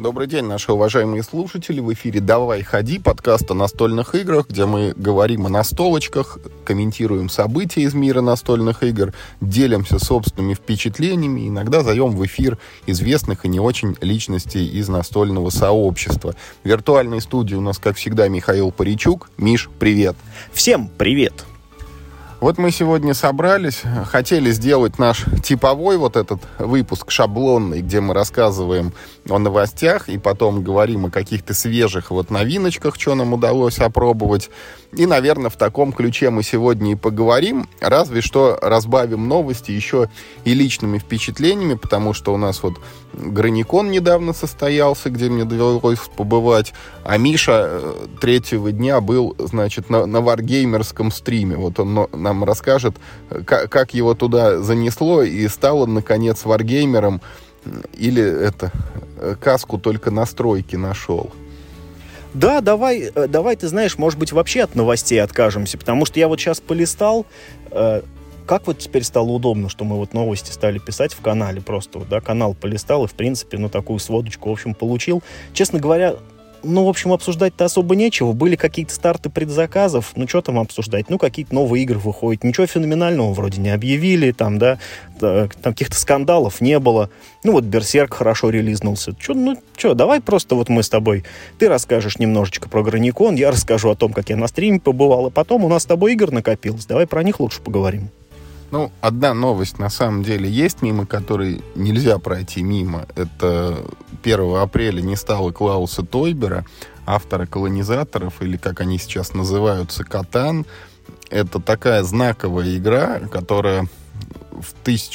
Добрый день, наши уважаемые слушатели. В эфире «Давай, ходи», подкаст о настольных играх, где мы говорим о настолочках, комментируем события из мира настольных игр, делимся собственными впечатлениями, иногда зовем в эфир известных и не очень личностей из настольного сообщества. В виртуальной студии у нас, как всегда, Михаил Паричук. Миш, привет! Всем привет! Вот мы сегодня собрались, хотели сделать наш типовой вот этот выпуск шаблонный, где мы рассказываем о новостях и потом говорим о каких-то свежих вот новиночках, что нам удалось опробовать. И, наверное, в таком ключе мы сегодня и поговорим, разве что разбавим новости еще и личными впечатлениями, потому что у нас вот Граникон недавно состоялся, где мне довелось побывать, а Миша третьего дня был, значит, на варгеймерском стриме. Вот он нам расскажет, как его туда занесло, и стал он, наконец, варгеймером, или каску только на стройке нашел. Да, давай, ты знаешь, может быть, вообще от новостей откажемся, потому что я вот сейчас полистал, как вот теперь стало удобно, что мы вот новости стали писать в канале, просто вот, да, канал полистал и, в принципе, такую сводочку, в общем, получил. Честно говоря, в общем, обсуждать-то особо нечего. Были какие-то старты предзаказов. Что там обсуждать? Какие-то новые игры выходят. Ничего феноменального вроде не объявили. Там каких-то скандалов не было. Берсерк хорошо релизнулся. Давай просто вот мы с тобой. Ты расскажешь немножечко про Граникон, я расскажу о том, как я на стриме побывал, и потом у нас с тобой игр накопилось. Давай про них лучше поговорим. Одна новость на самом деле есть, мимо которой нельзя пройти мимо. Это 1 апреля не стало Клауса Тойбера, автора колонизаторов, или как они сейчас называются, Катан. Это такая знаковая игра, которая в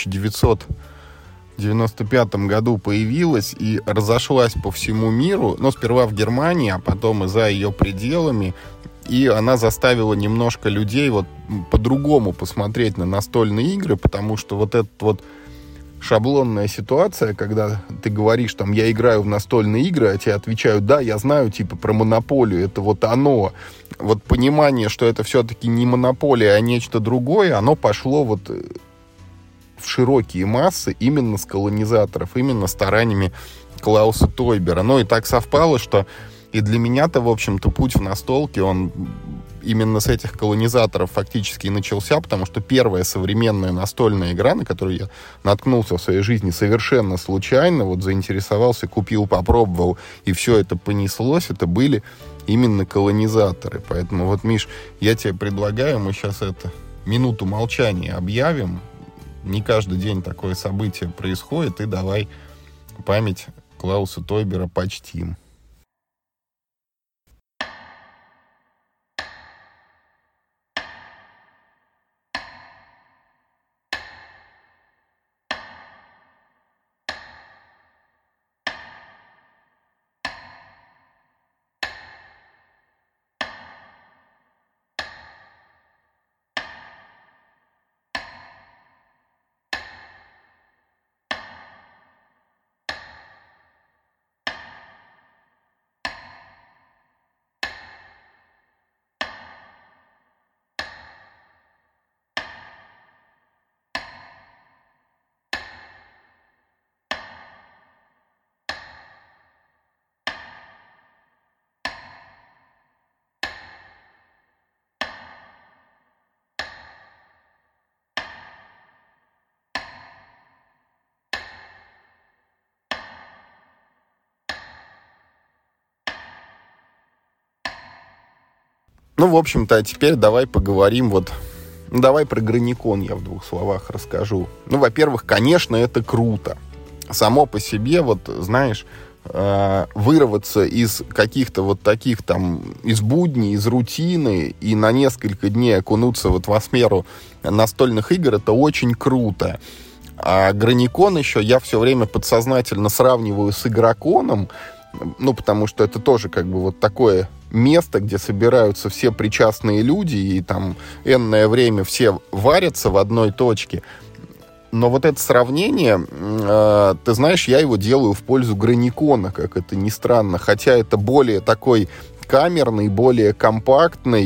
1995 году появилась и разошлась по всему миру, сперва в Германии, а потом и за ее пределами. И она заставила немножко людей по-другому посмотреть на настольные игры, потому что вот эта вот шаблонная ситуация, когда ты говоришь, я играю в настольные игры, а тебе отвечают, да, я знаю, про монополию, это вот оно. Вот понимание, что это все-таки не монополия, а нечто другое, оно пошло в широкие массы именно с колонизаторов, именно стараниями Клауса Тойбера. И так совпало, что и для меня-то, в общем-то, путь в настолке, он именно с этих колонизаторов фактически и начался, потому что первая современная настольная игра, на которую я наткнулся в своей жизни совершенно случайно, заинтересовался, купил, попробовал, и все это понеслось, это были именно колонизаторы. Поэтому Миш, я тебе предлагаю, мы сейчас минуту молчания объявим. Не каждый день такое событие происходит, и давай память Клауса Тойбера почтим. В общем-то, а теперь давай поговорим давай про Граникон я в двух словах расскажу. Во-первых, конечно, это круто. Само по себе, знаешь, вырваться из каких-то таких из будней, из рутины и на несколько дней окунуться в атмосферу настольных игр, это очень круто. А Граникон еще я все время подсознательно сравниваю с Игроконом, потому что это тоже такое место, где собираются все причастные люди, и энное время все варятся в одной точке. Но это сравнение, ты знаешь, я его делаю в пользу Граникона, как это ни странно, хотя это более такой камерный, более компактный,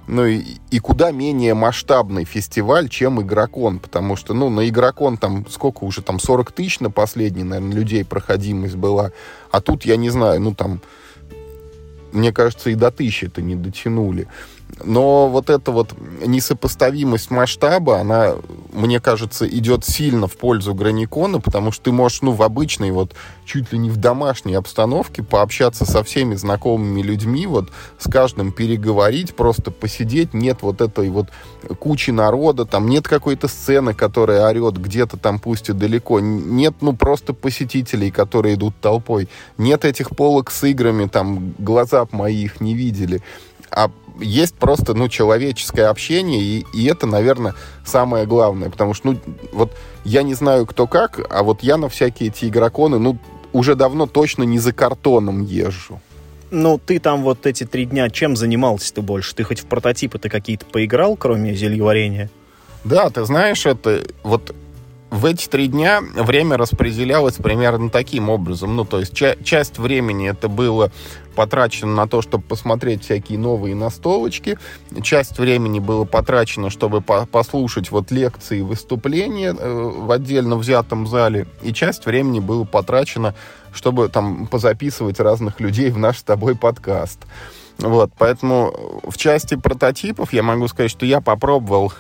ну и куда менее масштабный фестиваль, чем Игрокон, потому что, ну, на Игрокон там сколько уже, там 40 тысяч на последний, наверное, людей проходимость была, а тут, я не знаю, ну, там, мне кажется, и до 1000-то не дотянули. Но вот эта вот несопоставимость масштаба, она, мне кажется, идет сильно в пользу Граникона, потому что ты можешь, ну, в обычной, вот, чуть ли не в домашней обстановке пообщаться со всеми знакомыми людьми, вот, с каждым переговорить, просто посидеть, нет вот этой вот кучи народа, там нет какой-то сцены, которая орет где-то там, пусть и далеко, нет, ну, просто посетителей, которые идут толпой, нет этих полок с играми, там, глаза мои их не видели, а есть просто, ну, человеческое общение, и это, наверное, самое главное, потому что, ну, вот я не знаю, кто как, а вот я на всякие эти игроконы, ну, уже давно точно не за картоном езжу. Ну, ты там вот эти 3 дня чем занимался-то больше? Ты хоть в прототипы-то какие-то поиграл, кроме зельеварения? Да, ты знаешь, это вот в эти 3 дня время распределялось примерно таким образом. Ну, то есть часть времени это было потрачено на то, чтобы посмотреть всякие новые настолочки. Часть времени было потрачено, чтобы послушать вот лекции и выступления в отдельно взятом зале. И часть времени было потрачено, чтобы там позаписывать разных людей в наш с тобой подкаст. Вот, поэтому в части прототипов я могу сказать, что я попробовал...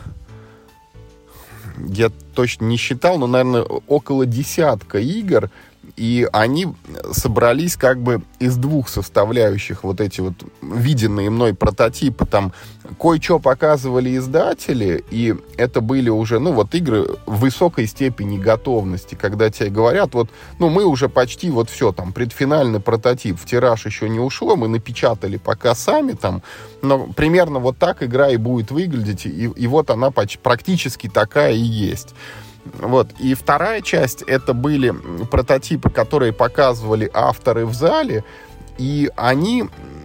Я точно не считал, но, наверное, около 10 игр, и они собрались как бы из 2 составляющих, вот эти вот виденные мной прототипы. Там кое-что показывали издатели, и это были уже, ну, вот игры в высокой степени готовности, когда тебе говорят, вот, ну, мы уже почти вот все, там, предфинальный прототип, в тираж еще не ушло, мы напечатали пока сами там, но примерно вот так игра и будет выглядеть, и вот она практически такая и есть. Вот. И вторая часть, это были прототипы, которые показывали авторы в зале, и они,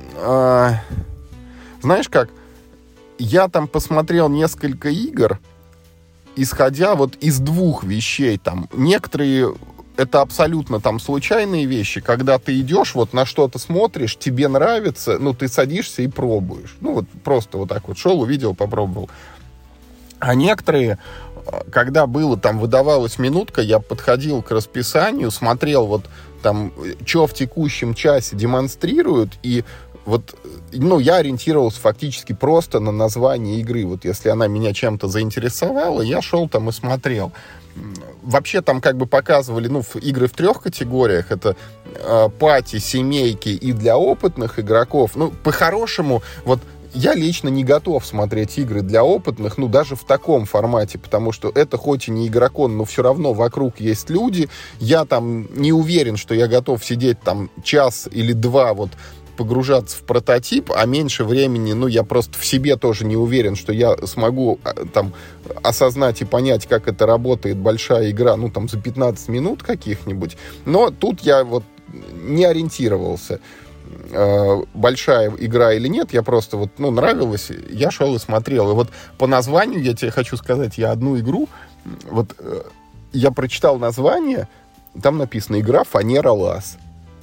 знаешь как, я там посмотрел несколько игр, исходя вот из 2 вещей, там, некоторые это абсолютно там случайные вещи, когда ты идешь, вот на что-то смотришь, тебе нравится, ну, ты садишься и пробуешь, ну, вот просто вот так вот шел, увидел, попробовал. А некоторые, когда было, там, выдавалась минутка, я подходил к расписанию, смотрел, вот, там, что в текущем часе демонстрируют, и вот, ну, я ориентировался фактически просто на название игры. Вот если она меня чем-то заинтересовала, я шел там и смотрел. Вообще там как бы показывали, ну, игры в 3 категориях. Это пати, семейки и для опытных игроков. Ну, по-хорошему, вот я лично не готов смотреть игры для опытных, ну, даже в таком формате, потому что это хоть и не игрокон, но все равно вокруг есть люди. Я там не уверен, что я готов сидеть там 1 или 2 вот погружаться в прототип, а меньше времени, ну, я просто в себе тоже не уверен, что я смогу там осознать и понять, как это работает большая игра, ну, там, за 15 минут каких-нибудь. Но тут я вот не ориентировался, большая игра или нет, я просто вот, ну, нравилось, я шел и смотрел. И вот по названию, я тебе хочу сказать, я одну игру, вот, я прочитал название, там написано «Игра Фанера Лас».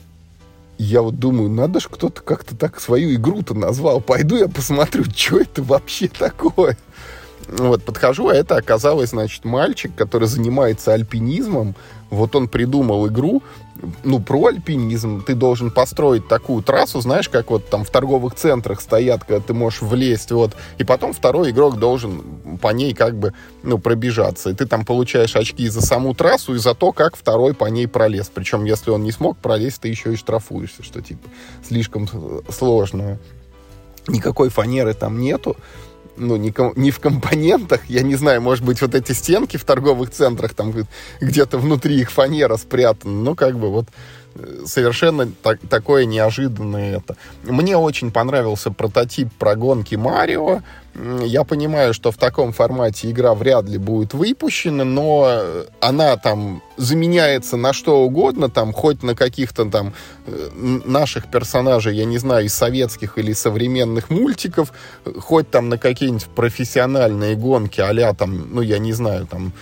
Я вот думаю, надо ж кто-то как-то так свою игру-то назвал. Пойду я посмотрю, что это вообще такое. Вот, подхожу, а это оказалось, значит, мальчик, который занимается альпинизмом. Вот он придумал игру, ну, про альпинизм. Ты должен построить такую трассу, знаешь, как вот там в торговых центрах стоят, когда ты можешь влезть, вот. И потом второй игрок должен по ней как бы, ну, пробежаться. И ты там получаешь очки за саму трассу и за то, как второй по ней пролез. Причем, если он не смог пролезть, ты еще и штрафуешься, что, типа, слишком сложно. Никакой фанеры там нету. Ну, не в компонентах, я не знаю, может быть, вот эти стенки в торговых центрах, там где-то внутри их фанера спрятана, ну, как бы вот совершенно такое неожиданное это. Мне очень понравился прототип про гонки Марио. Я понимаю, что в таком формате игра вряд ли будет выпущена, но она там заменяется на что угодно, там хоть на каких-то там наших персонажей, я не знаю, из советских или современных мультиков, хоть там на какие-нибудь профессиональные гонки а-ля там, ну, я не знаю, там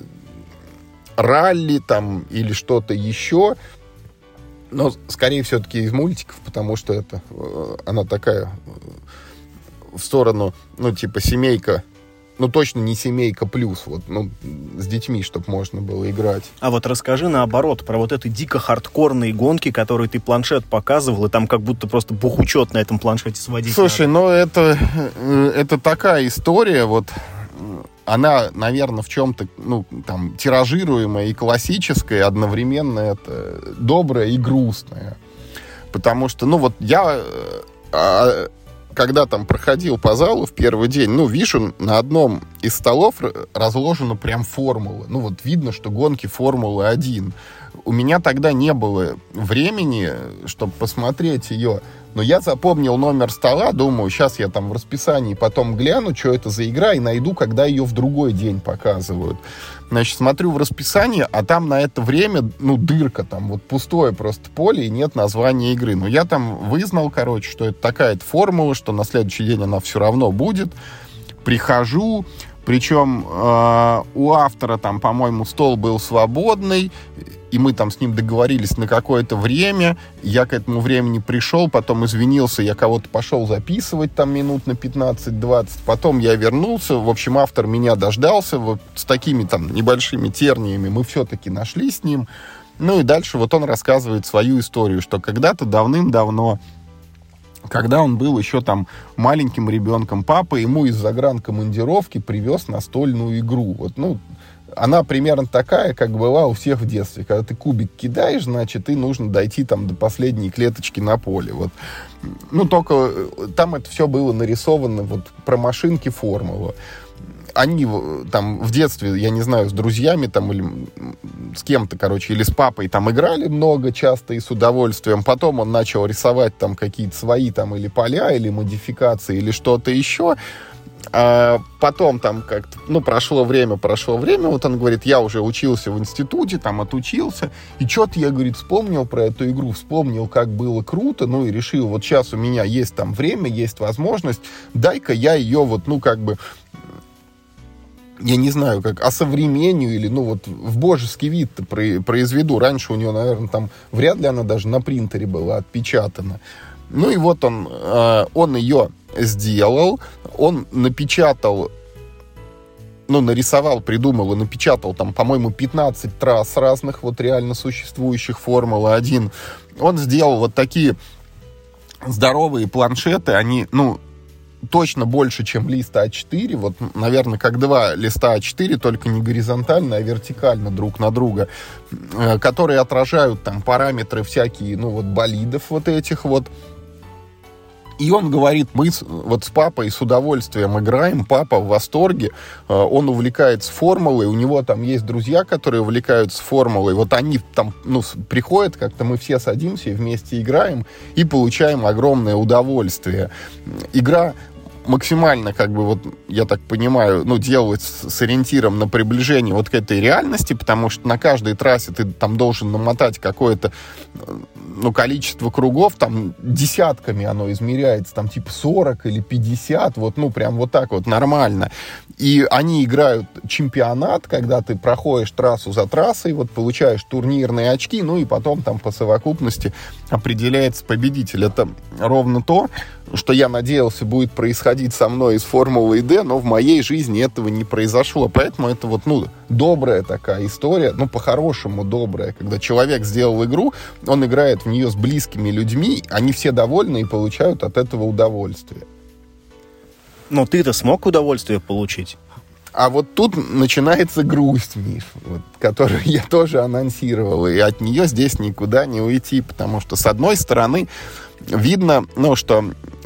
ралли там или что-то еще. Но, скорее, все-таки из мультиков, потому что это, она такая в сторону, ну, типа, семейка, ну, точно не семейка плюс, вот, ну, с детьми, чтобы можно было играть. А вот расскажи наоборот про вот эти дико хардкорные гонки, которые ты планшет показывал, и там как будто просто бухучет на этом планшете сводить. Слушай, ну, это такая история, вот, она, наверное, в чем-то, ну, там, тиражируемая и классическая, и одновременно это добрая и грустная. Потому что, ну, вот я, когда там проходил по залу в первый день, ну, вижу, на одном из столов разложена прям формула. Ну, вот видно, что гонки Формулы-1. У меня тогда не было времени, чтобы посмотреть ее. Но я запомнил номер стола, думаю, сейчас я там в расписании потом гляну, что это за игра, и найду, когда ее в другой день показывают. Значит, смотрю в расписании, а там на это время, ну, дырка, там вот пустое просто поле, и нет названия игры. Но я там вызнал, короче, что это такая-то формула, что на следующий день она все равно будет. Прихожу, причем у автора там, по-моему, стол был свободный, и мы там с ним договорились на какое-то время. Я к этому времени пришел, потом извинился, я кого-то пошел записывать там минут на 15-20. Потом я вернулся. В общем, автор меня дождался. Вот с такими там небольшими терниями мы все-таки нашли с ним. Ну и дальше вот он рассказывает свою историю, что когда-то давным-давно, когда он был еще там маленьким ребенком, папа ему из загранкомандировки привез настольную игру. Вот, ну, она примерно такая, как была у всех в детстве. Когда ты кубик кидаешь, значит, и нужно дойти там до последней клеточки на поле. Вот. Ну, только там это все было нарисовано вот про машинки формулы. Они там в детстве, я не знаю, с друзьями там или с кем-то, короче, или с папой там играли много, часто и с удовольствием. Потом он начал рисовать там какие-то свои там или поля, или модификации, или что-то еще. А потом там как-то, ну, прошло время, вот он говорит, я уже учился в институте, там отучился, и что-то я, говорит, вспомнил про эту игру, вспомнил, как было круто, ну, и решил, вот сейчас у меня есть там время, есть возможность, дай-ка я ее вот, ну, как бы, я не знаю, как осовремению или, ну, вот в божеский вид-то произведу. Раньше у нее, наверное, там вряд ли она даже на принтере была отпечатана. Ну, и вот он ее сделал, он напечатал, ну, нарисовал, придумал и напечатал там, по-моему, 15 трасс разных, вот реально существующих Формулы-1. Он сделал вот такие здоровые планшеты, они, ну, точно больше, чем лист А4, вот, наверное, как два листа А4, только не горизонтально, а вертикально друг на друга, которые отражают там параметры всякие, ну, вот, болидов вот этих вот. И он говорит, мы вот с папой с удовольствием играем, папа в восторге, он увлекается формулой, у него там есть друзья, которые увлекаются формулой, вот они там, ну, приходят, как-то мы все садимся и вместе играем и получаем огромное удовольствие. Игра максимально, как бы, вот, я так понимаю, ну, делать с ориентиром на приближение вот к этой реальности, потому что на каждой трассе ты там должен намотать какое-то, ну, количество кругов, там, десятками оно измеряется, там, типа 40 или 50, вот, ну, прям вот так вот нормально. И они играют чемпионат, когда ты проходишь трассу за трассой, вот, получаешь турнирные очки, ну, и потом там по совокупности определяется победитель. Это ровно то, что я надеялся будет происходить со мной из Формулы D, но в моей жизни этого не произошло. Поэтому это вот, ну, добрая такая история, ну, по-хорошему добрая. Когда человек сделал игру, он играет в нее с близкими людьми, они все довольны и получают от этого удовольствие. Но ты-то смог удовольствие получить? А вот тут начинается грусть, Миш, вот, которую я тоже анонсировал, и от нее здесь никуда не уйти, потому что, с одной стороны, видно, ну, что...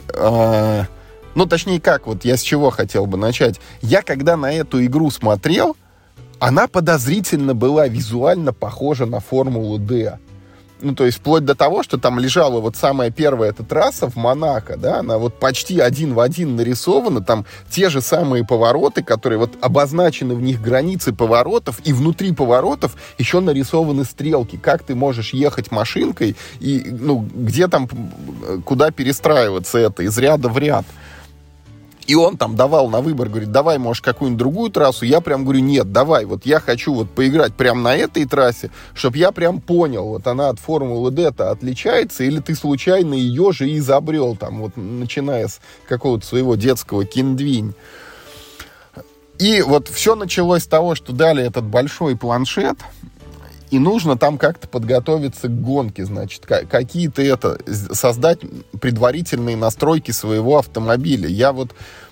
ну, точнее, как, вот я с чего хотел бы начать. Я, когда на эту игру смотрел, она подозрительно была визуально похожа на Формулу D. Ну, то есть, вплоть до того, что там лежала вот самая первая эта трасса в Монако, да, она вот почти один в один нарисована, там те же самые повороты, которые вот обозначены в них границы поворотов, и внутри поворотов еще нарисованы стрелки, как ты можешь ехать машинкой, и, ну, где там, куда перестраиваться это, из ряда в ряд. И он там давал на выбор, говорит, давай, может, какую-нибудь другую трассу. Я прям говорю, нет, давай, вот я хочу вот поиграть прямо на этой трассе, чтобы я прям понял, вот она от Формулы D-то отличается, или ты случайно ее же и изобрел, там, вот, начиная с какого-то своего детского киндвинь. И вот все началось с того, что дали этот большой планшет, и нужно там как-то подготовиться к гонке, значит, какие-то создать предварительные настройки своего автомобиля. Я вот,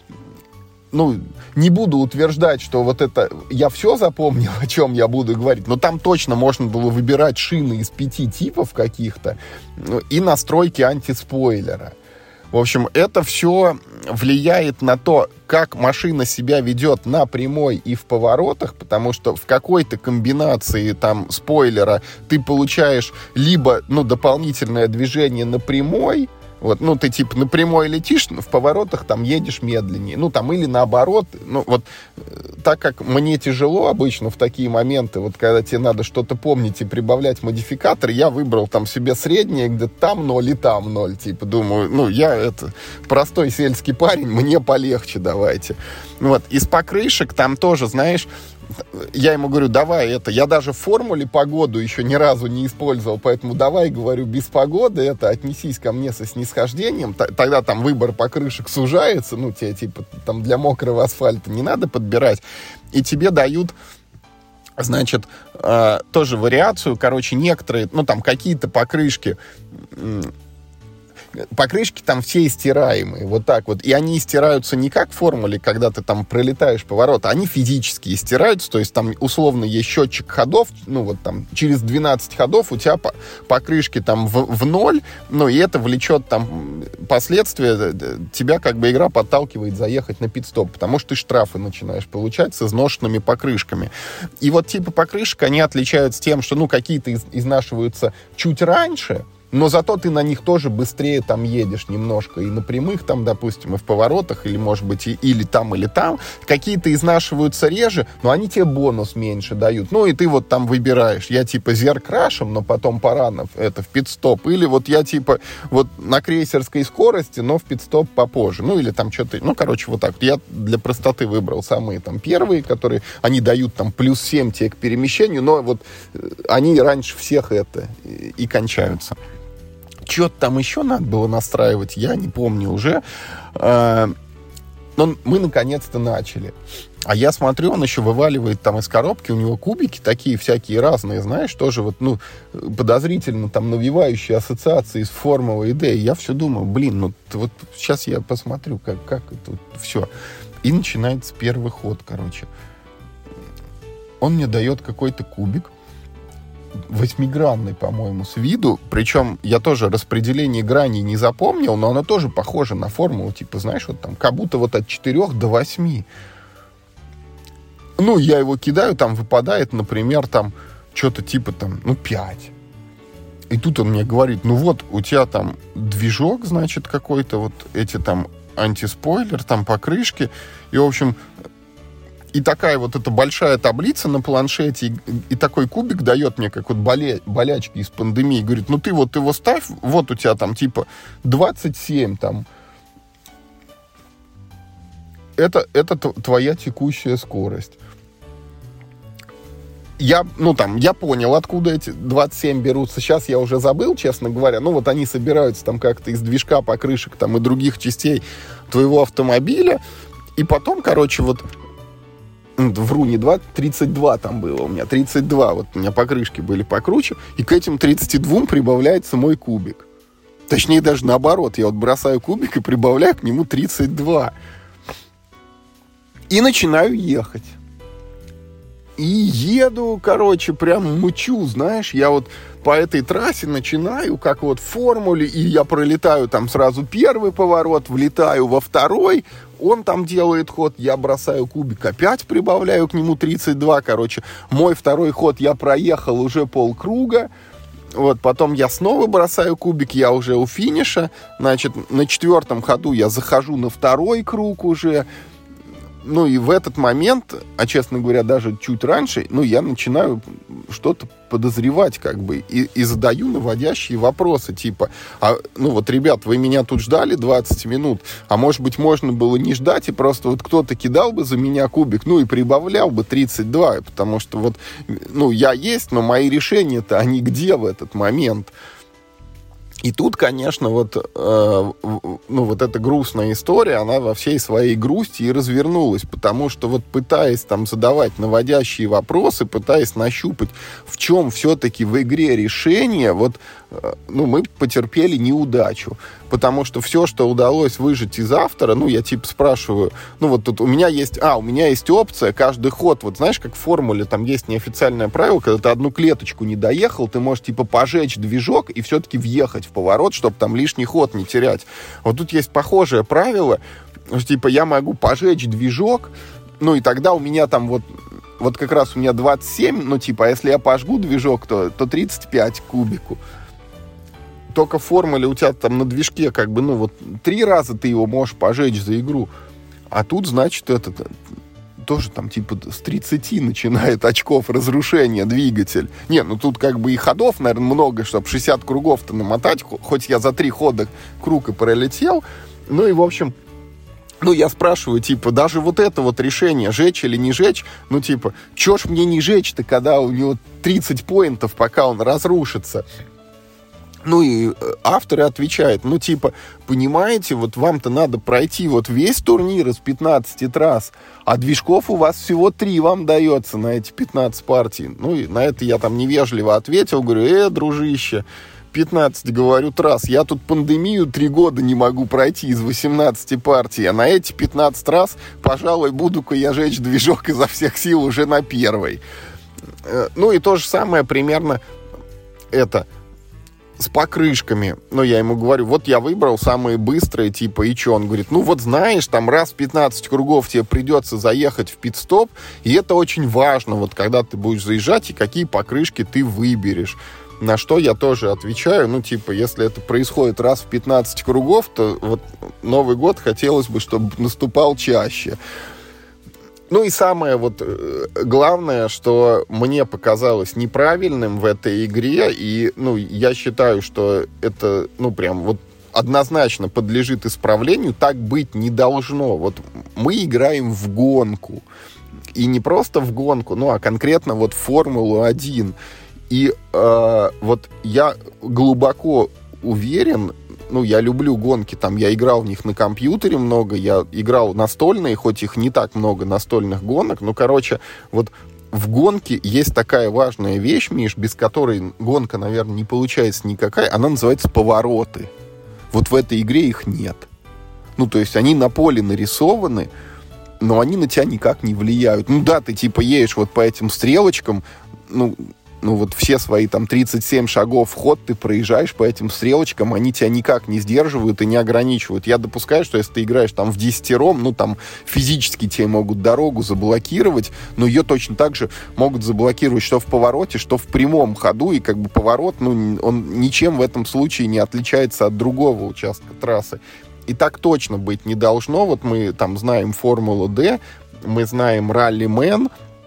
не буду утверждать, что вот это, я все запомнил, о чем я буду говорить, но там точно можно было выбирать шины из 5 типов каких-то и настройки антиспойлера. В общем, это все влияет на то, как машина себя ведет на прямой и в поворотах, потому что в какой-то комбинации там спойлера ты получаешь либо, дополнительное движение на прямой, вот, ты типа на прямой летишь, в поворотах там едешь медленнее, или наоборот, так как мне тяжело обычно в такие моменты, вот когда тебе надо что-то помнить и прибавлять модификатор, я выбрал там себе среднее, где-то там 0 и там 0, типа, думаю, я простой сельский парень, мне полегче давайте. Вот, из покрышек там тоже, знаешь, я ему говорю, давай я даже в формуле погоду еще ни разу не использовал, поэтому давай, говорю, без погоды отнесись ко мне со снисхождением, тогда там выбор покрышек сужается, тебе типа там для мокрого асфальта не надо подбирать, и тебе дают, значит, тоже вариацию, некоторые, там какие-то покрышки там все истираемые, вот так вот. И они истираются не как в формуле, когда ты там пролетаешь поворот, они физически истираются, то есть там условно есть счетчик ходов, там через 12 ходов у тебя покрышки там в ноль, и это влечет там последствия, тебя как бы игра подталкивает заехать на пит-стоп, потому что ты штрафы начинаешь получать с изношенными покрышками. И вот типы покрышек, они отличаются тем, что, какие-то изнашиваются чуть раньше, но зато ты на них тоже быстрее там едешь немножко и на прямых там, допустим, и в поворотах, или, может быть, или там. Какие-то изнашиваются реже, но они тебе бонус меньше дают. И ты вот там выбираешь. Я типа зеркрашем, но потом пора в пит-стоп. Или вот я типа вот на крейсерской скорости, но в пит-стоп попозже. Или там что-то... вот так. Я для простоты выбрал самые там первые, которые... Они дают там плюс 7 тебе к перемещению, но вот они раньше всех и кончаются. Что-то там еще надо было настраивать, я не помню уже. Но мы наконец-то начали. А я смотрю, он еще вываливает там из коробки, у него кубики такие всякие разные, знаешь, тоже подозрительно там навевающие ассоциации с Формулой D. И я все думаю, вот сейчас я посмотрю, как это все. И начинается первый ход, Он мне дает какой-то кубик, 8-гранный, по-моему, с виду. Причем я тоже распределение граней не запомнил, но оно тоже похоже на формулу. Типа, знаешь, вот там как будто вот от 4 до 8. Я его кидаю, там выпадает, например, там что-то типа там, 5. И тут он мне говорит, у тебя там движок, значит, какой-то, вот эти там антиспойлер, там покрышки. И, в общем... И такая вот эта большая таблица на планшете, и такой кубик дает мне, как вот болячки из пандемии. Говорит, ты вот его ставь, вот у тебя там типа 27 там. Это твоя текущая скорость. Я понял, откуда эти 27 берутся. Сейчас я уже забыл, честно говоря. Они собираются там как-то из движка, покрышек там и других частей твоего автомобиля. И потом, вру, не 2, 32 там было у меня, 32, вот у меня покрышки были покруче, и к этим 32 прибавляется мой кубик. Точнее, даже наоборот, я бросаю кубик и прибавляю к нему 32. И начинаю ехать. И еду, прям мычу, знаешь, я вот по этой трассе начинаю, как вот в формуле, и я пролетаю там сразу первый поворот, влетаю во второй, он там делает ход, я бросаю кубик, опять прибавляю к нему 32, мой второй ход я проехал уже полкруга, вот, потом я снова бросаю кубик, я уже у финиша, значит, на 4-м ходу я захожу на второй круг уже, Ну, и в этот момент, а, честно говоря, даже чуть раньше, ну, я начинаю что-то подозревать, как бы, и задаю наводящие вопросы, типа, ну, вот, ребят, вы меня тут ждали 20 минут, а, может быть, можно было не ждать, и просто вот кто-то кидал бы за меня кубик, ну, и прибавлял бы 32, потому что вот, ну, я есть, но мои решения-то, они где в этот момент? И тут, конечно, вот, ну, вот эта грустная история, она во всей своей грусти и развернулась, потому что вот пытаясь там задавать наводящие вопросы, пытаясь нащупать, в чем все-таки в игре решение, вот, ну, мы потерпели неудачу, потому что все, что удалось выжать из автора, ну, я типа спрашиваю, ну, вот тут у меня есть опция, каждый ход, вот знаешь, как в формуле, там есть неофициальное правило, когда ты одну клеточку не доехал, ты можешь, типа, пожечь движок и все-таки въехать в поворот, чтобы там лишний ход не терять. Вот тут есть похожее правило, что, типа, я могу пожечь движок, ну, и тогда у меня там вот как раз у меня 27, ну, типа, а если я пожгу движок, то 35 к кубику. Только в формуле у тебя там на движке как бы, ну, вот 3 раза ты его можешь пожечь за игру. А тут, значит, тоже там типа с 30 начинает очков разрушения двигатель. Не, ну тут как бы и ходов, наверное, много, чтобы 60 кругов-то намотать, хоть я за 3 хода круг и пролетел. Ну и, в общем, ну, я спрашиваю, типа, даже вот это вот решение, жечь или не жечь, ну, типа, чё ж мне не жечь-то, когда у него 30 поинтов, пока он разрушится? Ну, и авторы отвечают, ну, типа, понимаете, вот вам-то надо пройти вот весь турнир из 15 трасс, а движков у вас всего 3 вам дается на эти 15 партий. Ну, и на это я там невежливо ответил, говорю, дружище, 15, говорю, трасс, я тут пандемию 3 года не могу пройти из 18 партий, а на эти 15 раз, пожалуй, буду-ка я жечь движок изо всех сил уже на первой. Ну, и то же самое примерно с покрышками. Ну, я ему говорю, вот я выбрал самые быстрые, типа, и что? Он говорит, ну, вот знаешь, там раз в 15 кругов тебе придется заехать в пит-стоп, и это очень важно, вот когда ты будешь заезжать, и какие покрышки ты выберешь. На что я тоже отвечаю, ну, типа, если это происходит раз в 15 кругов, то вот Новый год хотелось бы, чтобы наступал чаще. Ну и самое вот главное, что мне показалось неправильным в этой игре, и, ну, я считаю, что это, ну, прям вот однозначно подлежит исправлению, так быть не должно. Вот мы играем в гонку, и не просто в гонку, ну, а конкретно вот в Формулу-1. И вот я глубоко уверен, ну, я люблю гонки, там, я играл в них на компьютере много, я играл настольные, хоть их не так много настольных гонок, но, короче, вот в гонке есть такая важная вещь, Миш, без которой гонка, наверное, не получается никакая, она называется повороты. Вот в этой игре их нет. Ну, то есть они на поле нарисованы, но они на тебя никак не влияют. Ну, да, ты, типа, едешь вот по этим стрелочкам, ну, вот все свои там 37 шагов в ход ты проезжаешь по этим стрелочкам, они тебя никак не сдерживают и не ограничивают. Я допускаю, что если ты играешь там в 10-ром, ну там физически тебе могут дорогу заблокировать, но ее точно так же могут заблокировать что в повороте, что в прямом ходу, и как бы поворот, ну, он ничем в этом случае не отличается от другого участка трассы. И так точно быть не должно. Вот мы там знаем Формулу Д, мы знаем Ралли-мен.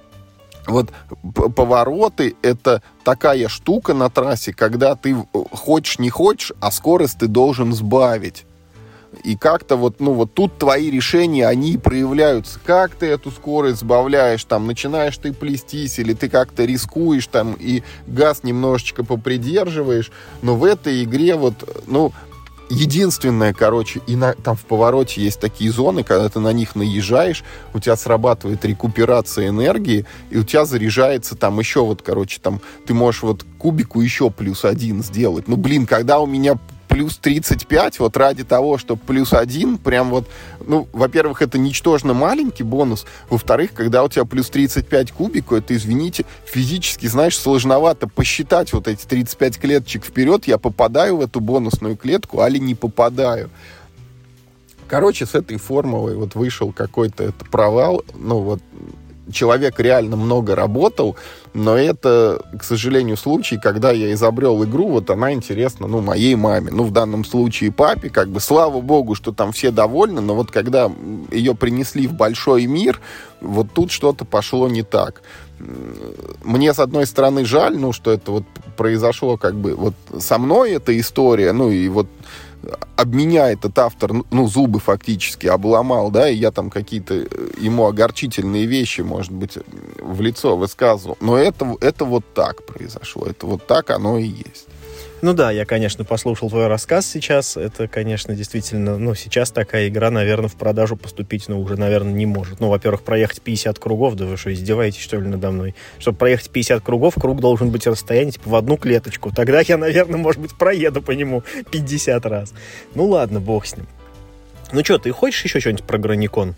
Вот повороты — это такая штука на трассе, когда ты хочешь, не хочешь, а скорость ты должен сбавить. И как-то вот, ну, вот тут твои решения, они проявляются. Как ты эту скорость сбавляешь, там, начинаешь ты плестись, или ты как-то рискуешь, там, и газ немножечко попридерживаешь. Но в этой игре вот, ну, единственное, короче, там в повороте есть такие зоны, когда ты на них наезжаешь, у тебя срабатывает рекуперация энергии, и у тебя заряжается там еще вот, короче, там ты можешь вот кубику еще +1 сделать. Ну, блин, когда у меня плюс 35, вот ради того, чтобы +1, прям вот, ну, во-первых, это ничтожно маленький бонус, во-вторых, когда у тебя плюс 35 кубику, это, извините, физически, знаешь, сложновато посчитать вот эти 35 клеточек вперед, я попадаю в эту бонусную клетку, али не попадаю. Короче, с этой формулой вот вышел какой-то провал, ну вот, человек реально много работал, но это, к сожалению, случай, когда я изобрел игру, вот она интересна, моей маме, в данном случае папе, слава богу, что там все довольны, но вот когда ее принесли в большой мир, вот тут что-то пошло не так. Мне, с одной стороны, жаль, что это вот произошло вот со мной эта история, и вот об меня этот автор, зубы фактически обломал, да, и я там какие-то ему огорчительные вещи, может быть, в лицо высказывал. Но это вот так произошло, это вот так оно и есть. Да, я, конечно, послушал твой рассказ сейчас. Это, конечно, действительно, сейчас такая игра, наверное, в продажу поступить, уже, наверное, не может. Во-первых, проехать 50 кругов, да вы что, издеваетесь, что ли, надо мной? Чтобы проехать 50 кругов, круг должен быть расстояние, в одну клеточку. Тогда я, наверное, может быть, проеду по нему 50 раз. Ладно, бог с ним. Что, ты хочешь еще что-нибудь про Граникон?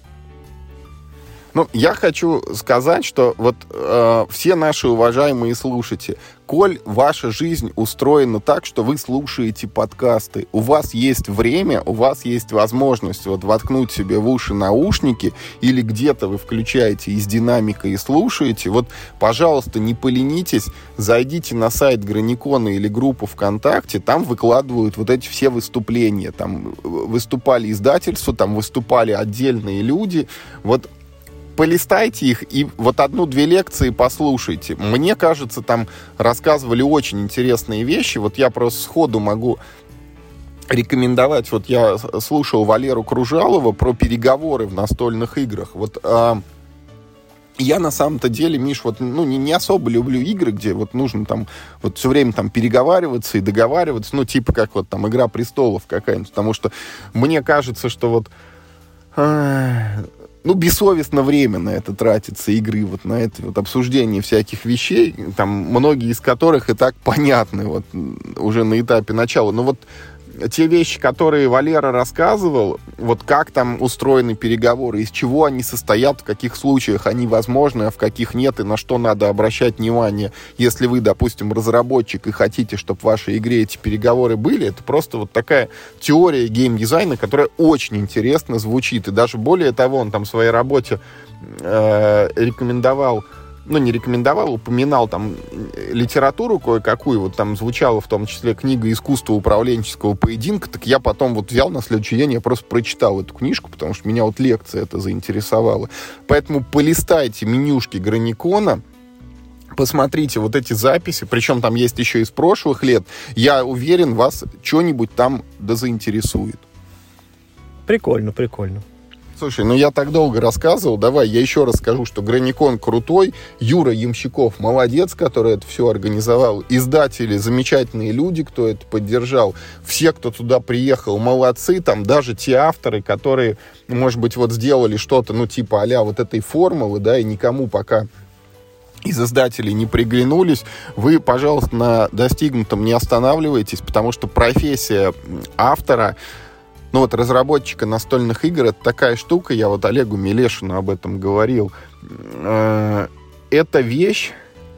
Я хочу сказать, что вот все наши уважаемые слушатели, коль ваша жизнь устроена так, что вы слушаете подкасты, у вас есть время, у вас есть возможность воткнуть себе в уши наушники или где-то вы включаете из динамика и слушаете, пожалуйста, не поленитесь, зайдите на сайт Граникона или группу ВКонтакте, там выкладывают вот эти все выступления, там выступали издательства, там выступали отдельные люди, полистайте их и одну-две лекции послушайте. Мне кажется, там рассказывали очень интересные вещи. Я просто сходу могу рекомендовать. Я слушал Валеру Кружалова про переговоры в настольных играх. Я на самом-то деле, Миш, не особо люблю игры, где нужно там все время там переговариваться и договариваться, типа как «Игра престолов» какая-нибудь, потому что мне кажется, что бессовестно время на это тратится, игры, на это обсуждение всяких вещей, там многие из которых и так понятны уже на этапе начала. Но те вещи, которые Валера рассказывал, как там устроены переговоры, из чего они состоят, в каких случаях они возможны, а в каких нет, и на что надо обращать внимание, если вы, допустим, разработчик и хотите, чтобы в вашей игре эти переговоры были, это просто такая теория геймдизайна, которая очень интересно звучит. И даже более того, он там в своей работе рекомендовал, упоминал там литературу кое-какую, там звучала в том числе книга «Искусство управленческого поединка», так я потом взял на следующий день, я просто прочитал эту книжку, потому что меня лекция эта заинтересовала. Поэтому полистайте менюшки Граникона, посмотрите эти записи, причем там есть еще из прошлых лет, я уверен, вас что-нибудь там заинтересует. Прикольно. Слушай, я так долго рассказывал, давай я еще раз скажу, что Граникон крутой, Юра Ямщиков молодец, который это все организовал, издатели замечательные люди, кто это поддержал, все, кто туда приехал, молодцы, там даже те авторы, которые, может быть, сделали что-то, типа а-ля этой формулы, да, и никому пока из издателей не приглянулись, вы, пожалуйста, на достигнутом не останавливайтесь, потому что профессия автора, разработчика настольных игр, это такая штука, я Олегу Мелешину об этом говорил, это вещь,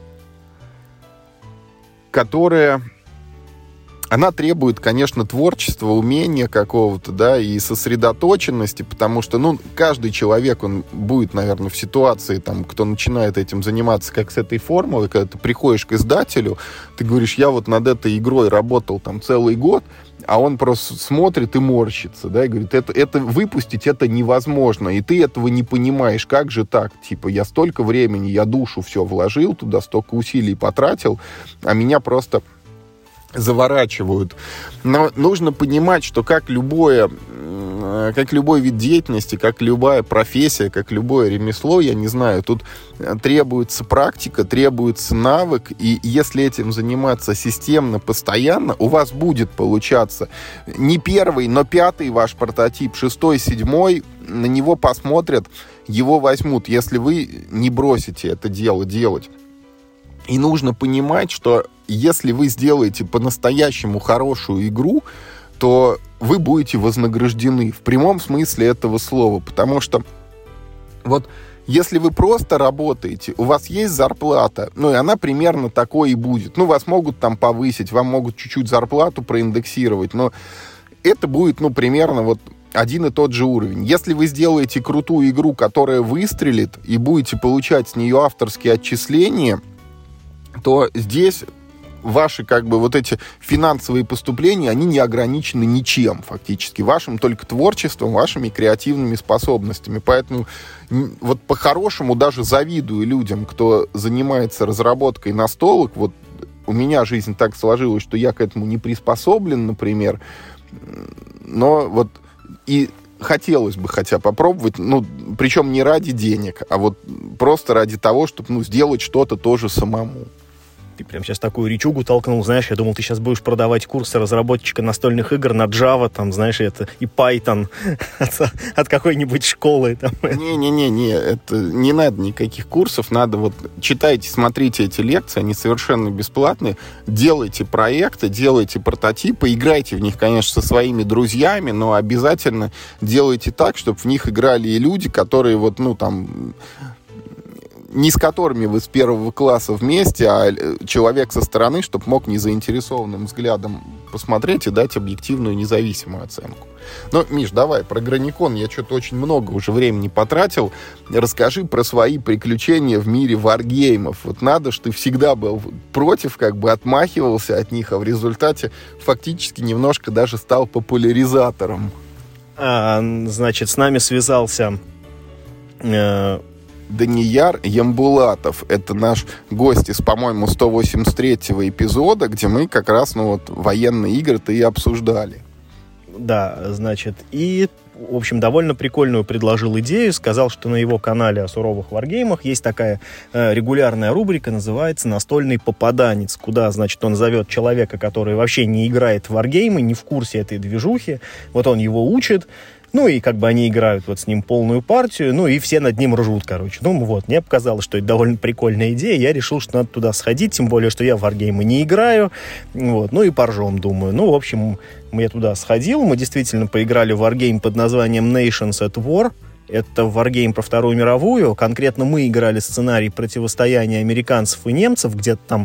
которая, она требует, конечно, творчества, умения какого-то, да, и сосредоточенности, потому что, каждый человек, он будет, наверное, в ситуации, там, кто начинает этим заниматься, как с этой формулой, когда ты приходишь к издателю, ты говоришь, я над этой игрой работал там целый год, а он просто смотрит и морщится, да, и говорит, это выпустить это невозможно, и ты этого не понимаешь, как же так, типа, я столько времени, я душу все вложил туда, столько усилий потратил, а меня просто заворачивают. Но нужно понимать, что как любой вид деятельности, как любая профессия, как любое ремесло, я не знаю, тут требуется практика, требуется навык, и если этим заниматься системно, постоянно, у вас будет получаться не первый, но пятый ваш прототип, шестой, седьмой, на него посмотрят, его возьмут, если вы не бросите это дело делать. И нужно понимать, что если вы сделаете по-настоящему хорошую игру, то вы будете вознаграждены в прямом смысле этого слова. Потому что если вы просто работаете, у вас есть зарплата, и она примерно такой и будет. Вас могут там повысить, вам могут чуть-чуть зарплату проиндексировать, но это будет, примерно один и тот же уровень. Если вы сделаете крутую игру, которая выстрелит, и будете получать с нее авторские отчисления, то здесь ваши как бы вот эти финансовые поступления, они не ограничены ничем фактически. Вашим только творчеством, вашими креативными способностями. Поэтому вот по-хорошему даже завидую людям, кто занимается разработкой настолок. Вот у меня жизнь так сложилась, что я к этому не приспособлен, например. Но вот и хотелось бы хотя попробовать, ну, причем не ради денег, а вот просто ради того, чтобы, ну, сделать что-то тоже самому. Ты прям сейчас такую речугу толкнул, знаешь, я думал, ты сейчас будешь продавать курсы разработчика настольных игр на Java, там, знаешь, это и Python от какой-нибудь школы. Не, это не надо никаких курсов, надо вот читайте, смотрите эти лекции, они совершенно бесплатные, делайте проекты, делайте прототипы, играйте в них, конечно, со своими друзьями, но обязательно делайте так, чтобы в них играли и люди, которые вот, ну, там... не с которыми вы с первого класса вместе, а человек со стороны, чтобы мог незаинтересованным взглядом посмотреть и дать объективную независимую оценку. Ну, Миш, давай, про Граникон я что-то очень много уже времени потратил. Расскажи про свои приключения в мире варгеймов. Вот надо ж, ты всегда был против, как бы отмахивался от них, а в результате фактически немножко даже стал популяризатором. Значит, с нами связался... Данияр Ямбулатов. Это наш гость из, по-моему, 183-го эпизода, где мы как раз, ну вот, военные игры-то и обсуждали. Да, значит, и, в общем, довольно прикольную предложил идею, сказал, что на его канале о суровых варгеймах есть такая регулярная рубрика, называется «Настольный попаданец», куда, значит, он зовет человека, который вообще не играет в варгеймы, не в курсе этой движухи, вот он его учит, ну, и как бы они играют вот с ним полную партию, ну, и все над ним ржут, короче. Ну, вот, мне показалось, что это довольно прикольная идея, я решил, что надо туда сходить, тем более, что я в варгеймы не играю, вот, ну, и поржем, думаю. Ну, в общем, я туда сходил, мы действительно поиграли в варгейм под названием Nations at War. Это варгейм про Вторую мировую. Конкретно мы играли сценарий противостояния американцев и немцев, где-то там,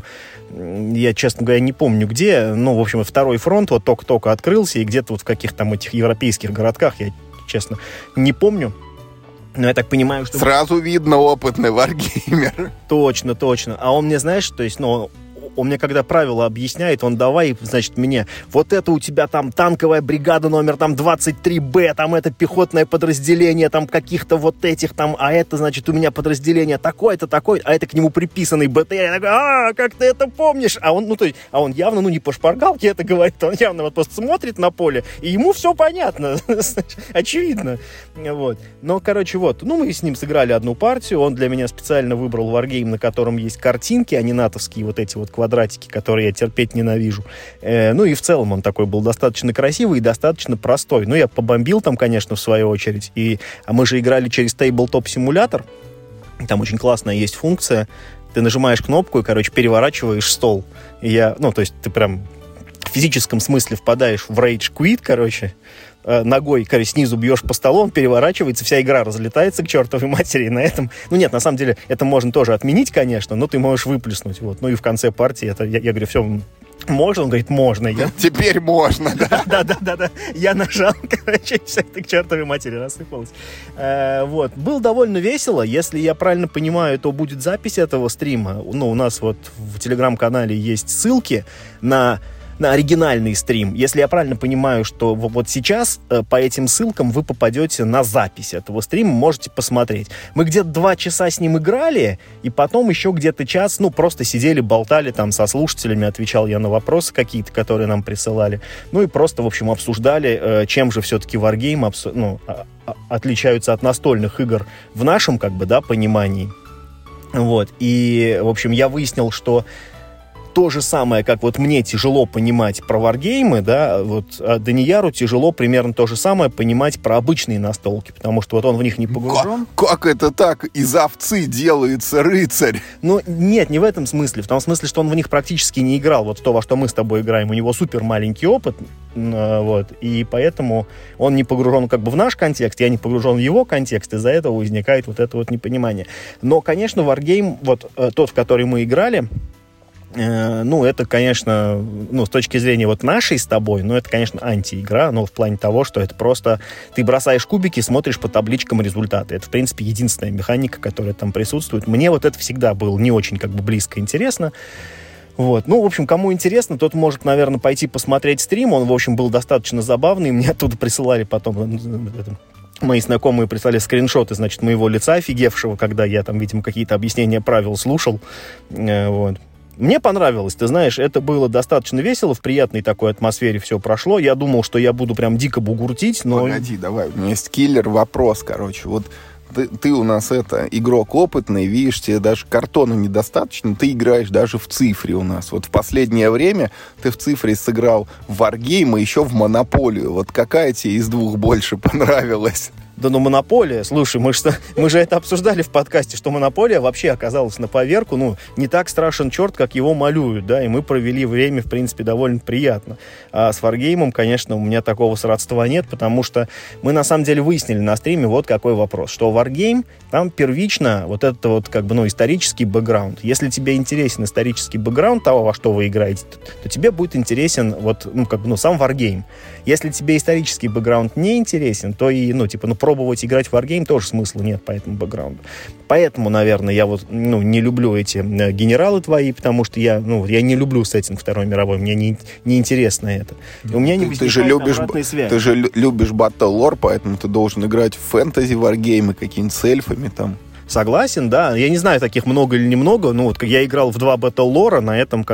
я, честно говоря, не помню где, ну, в общем, Второй фронт вот только-только открылся, и где-то вот в каких-то там этих европейских городках, я, честно, не помню. Но я так понимаю, что... Сразу видно опытный варгеймер. Точно. А он мне, знаешь, то есть, ну... Он мне, когда правила объясняет, он давай, значит, мне, вот это у тебя там танковая бригада номер там 23Б, там это пехотное подразделение там каких-то вот этих там, а это, значит, у меня подразделение такое-то, а это к нему приписанный БТР. Я такой, как ты это помнишь? А он, ну, то есть, он явно, ну, не по шпаргалке это говорит, он явно вот просто смотрит на поле, и ему все понятно, очевидно. Вот. Но, короче, вот, ну, мы с ним сыграли одну партию, он для меня специально выбрал варгейм, на котором есть картинки, аниматовские вот эти вот квадратики, которые я терпеть ненавижу. Ну и в целом он такой был достаточно красивый и достаточно простой. Ну, я побомбил там, конечно, в свою очередь. А мы же играли через Tabletop-симулятор. Там очень классная есть функция. Ты нажимаешь кнопку и, короче, переворачиваешь стол. Ну, то есть ты прям в физическом смысле впадаешь в rage quit, короче, ногой, короче, снизу бьешь по столу, он переворачивается, вся игра разлетается к чертовой матери, и на этом... Ну нет, на самом деле, это можно тоже отменить, конечно, но ты можешь выплеснуть, вот. Ну и в конце партии, это, я говорю, все, можно? Он говорит, можно. Теперь можно, да? Да. Я нажал, короче, все это к чертовой матери рассыпалось. Вот. Было довольно весело. Если я правильно понимаю, то будет запись этого стрима. Ну, у нас вот в телеграм-канале есть ссылки на оригинальный стрим. Если я правильно понимаю, что вот сейчас по этим ссылкам вы попадете на запись этого стрима, можете посмотреть. Мы где-то 2 часа с ним играли, и потом еще где-то час, ну, просто сидели, болтали там со слушателями, отвечал я на вопросы какие-то, которые нам присылали. Ну, и просто, в общем, обсуждали, чем же все-таки варгеймы отличаются от настольных игр в нашем, как бы, да, понимании. Вот. И, в общем, я выяснил, что то же самое, как вот мне тяжело понимать про варгеймы, да, вот Данияру тяжело примерно то же самое понимать про обычные настолки, потому что вот он в них не погружен. Как это так? Из овцы делается рыцарь? Ну, нет, не в этом смысле. В том смысле, что он в них практически не играл. Вот то, во что мы с тобой играем, у него супер маленький опыт, вот, и поэтому он не погружен как бы в наш контекст, я не погружен в его контекст, из-за этого возникает вот это вот непонимание. Но, конечно, варгейм, вот тот, в который мы играли, это, конечно, с точки зрения вот нашей с тобой, это, конечно, антиигра, но в плане того, что это просто ты бросаешь кубики, смотришь по табличкам результаты. Это, в принципе, единственная механика, которая там присутствует. Мне вот это всегда было не очень близко интересно. Вот. В общем, кому интересно, тот может, наверное, пойти посмотреть стрим. Он, в общем, был достаточно забавный. Мне оттуда присылали потом... Мои знакомые прислали скриншоты, значит, моего лица офигевшего, когда я там, видимо, какие-то объяснения правил слушал. Вот. Мне понравилось, ты знаешь, это было достаточно весело, в приятной такой атмосфере все прошло. Я думал, что я буду прям дико бугуртить, но... Погоди, давай, у меня есть киллер вопрос, Вот ты у нас игрок опытный, видишь, тебе даже картона недостаточно, ты играешь даже в цифре у нас. Вот в последнее время ты в цифре сыграл в Wargame и еще в Монополию. Вот какая тебе из двух больше понравилась? Да Монополия, слушай, мы же это обсуждали в подкасте, что Монополия вообще оказалась на поверку, не так страшен черт, как его малюют, да, и мы провели время, в принципе, довольно приятно. А с Wargame, конечно, у меня такого сродства нет, потому что мы, на самом деле, выяснили на стриме вот какой вопрос, что Wargame, там первично вот это вот, исторический бэкграунд. Если тебе интересен исторический бэкграунд того, во что вы играете, то тебе будет интересен сам Wargame. Если тебе исторический бэкграунд не интересен, то и, пробовать играть в Wargame тоже смысла нет по этому бэкграунду. Поэтому, наверное, я не люблю эти генералы твои, потому что я не люблю сеттинг Второй мировой, мне не интересно это. И у меня не возникает обратной связи. Ты же любишь Battle Lore, поэтому ты должен играть в фэнтези Wargame, какие-нибудь с эльфами там. Согласен, да. Я не знаю, таких много или немного, я играл в 2 Battle Lore, на этом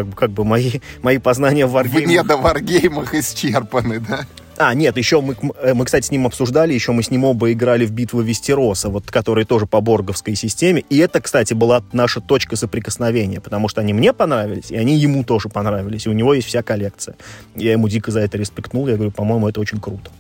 мои познания в Wargame... Вне до Wargame'ах исчерпаны, да? Нет, еще мы, кстати, с ним обсуждали, еще мы с ним оба играли в «Битву Вестероса», которая тоже по борговской системе. И это, кстати, была наша точка соприкосновения, потому что они мне понравились, и они ему тоже понравились. И у него есть вся коллекция. Я ему дико за это респектнул. Я говорю, по-моему, это очень круто.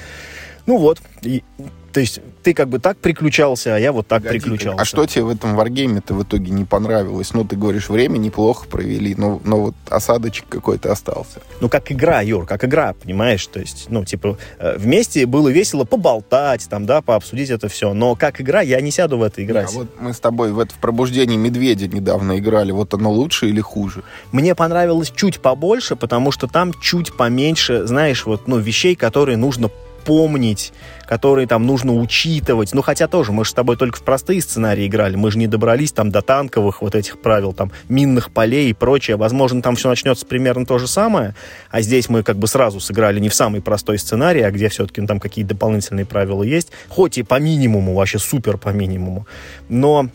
То есть ты так приключался, а я вот так приключался. А что тебе в этом Wargame-то в итоге не понравилось? Ты говоришь, время неплохо провели, но вот осадочек какой-то остался. Как игра, Юр, как игра, понимаешь? То есть, вместе было весело поболтать, пообсудить это все. Но как игра, я не сяду в это играть. Вот мы с тобой в «Пробуждение медведя» недавно играли. Вот оно лучше или хуже? Мне понравилось чуть побольше, потому что там чуть поменьше, знаешь, вещей, которые нужно помнить, которые там нужно учитывать. Хотя тоже, мы же с тобой только в простые сценарии играли, мы же не добрались до танковых этих правил, минных полей и прочее. Возможно, там все начнется примерно то же самое, а здесь мы сразу сыграли не в самый простой сценарий, а где все-таки там какие-то дополнительные правила есть, хоть и по минимуму, вообще супер по минимуму. Но,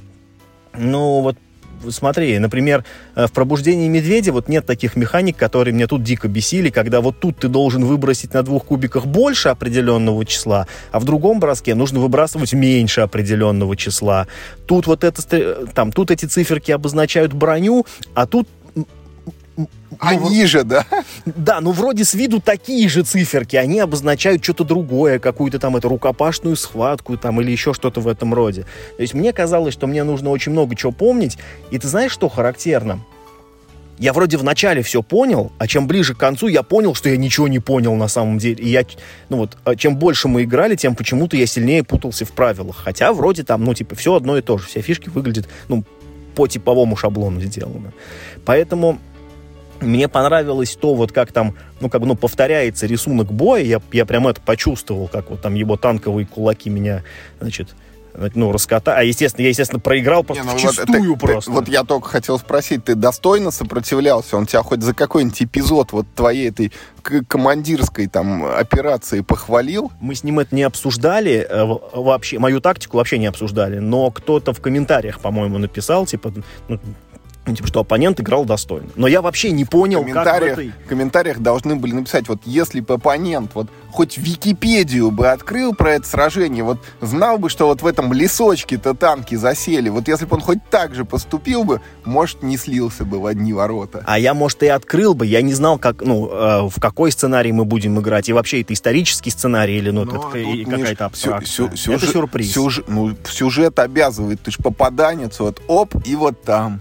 смотри, например, в «Пробуждении медведя» нет таких механик, которые мне тут дико бесили, когда тут ты должен выбросить на 2 кубиках больше определенного числа, а в другом броске нужно выбрасывать меньше определенного числа. Тут тут эти циферки обозначают броню, а тут... Они же, да? Да, вроде с виду такие же циферки, они обозначают что-то другое, какую-то эту рукопашную схватку или еще что-то в этом роде. То есть мне казалось, что мне нужно очень много чего помнить, и ты знаешь, что характерно? Я вроде в начале все понял, а чем ближе к концу, я понял, что я ничего не понял на самом деле. И чем больше мы играли, тем почему-то я сильнее путался в правилах. Хотя вроде все одно и то же, все фишки выглядят, по типовому шаблону сделано. Поэтому... Мне понравилось то, как там, повторяется рисунок боя. Я прям это почувствовал, как там его танковые кулаки меня, раскатали. А, естественно, проиграл просто вчистую просто. Вот я только хотел спросить, ты достойно сопротивлялся? Он тебя хоть за какой-нибудь эпизод твоей этой командирской операции похвалил? Мы с ним это не обсуждали вообще, мою тактику вообще не обсуждали, но кто-то в комментариях, по-моему, написал, что оппонент играл достойно. Но я вообще не понял, в комментариях должны были написать, если бы оппонент хоть Википедию бы открыл про это сражение, знал бы, что в этом лесочке-то танки засели, если бы он хоть так же поступил бы, может, не слился бы в одни ворота. А я, может, и открыл бы, я не знал, в какой сценарий мы будем играть, и вообще это исторический сценарий или это какая-то абстракция. Это сюрприз. Сюжет обязывает, ты же попаданец, и там. Да.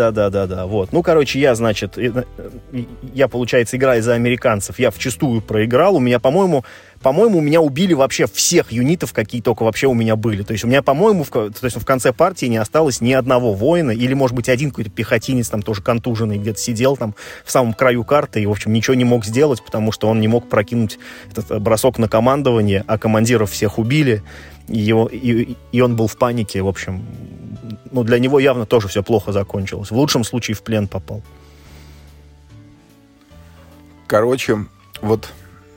Да. Вот. Ну, короче, я, получается, играя за американцев, я вчистую проиграл. У меня, по-моему, у меня убили вообще всех юнитов, какие только вообще у меня были. То есть у меня, по-моему, в конце партии не осталось ни одного воина, или, может быть, один какой-то пехотинец там тоже контуженный где-то сидел там в самом краю карты и, в общем, ничего не мог сделать, потому что он не мог прокинуть этот бросок на командование, а командиров всех убили, и он был в панике, в общем. Ну, для него явно тоже все плохо закончилось. В лучшем случае в плен попал. Короче, вот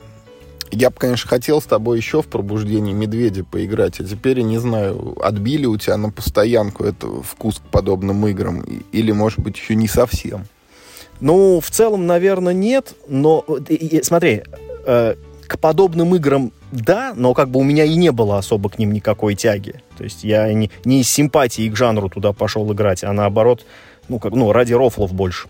я бы, конечно, хотел с тобой еще в «Пробуждении медведя» поиграть, а теперь я не знаю, отбили у тебя на постоянку это вкус к подобным играм, или, может быть, еще не совсем? Ну, в целом, наверное, нет, но смотри, к подобным играм да, но как бы у меня и не было особо к ним никакой тяги. То есть я не из симпатии к жанру туда пошел играть, а наоборот, ради рофлов больше.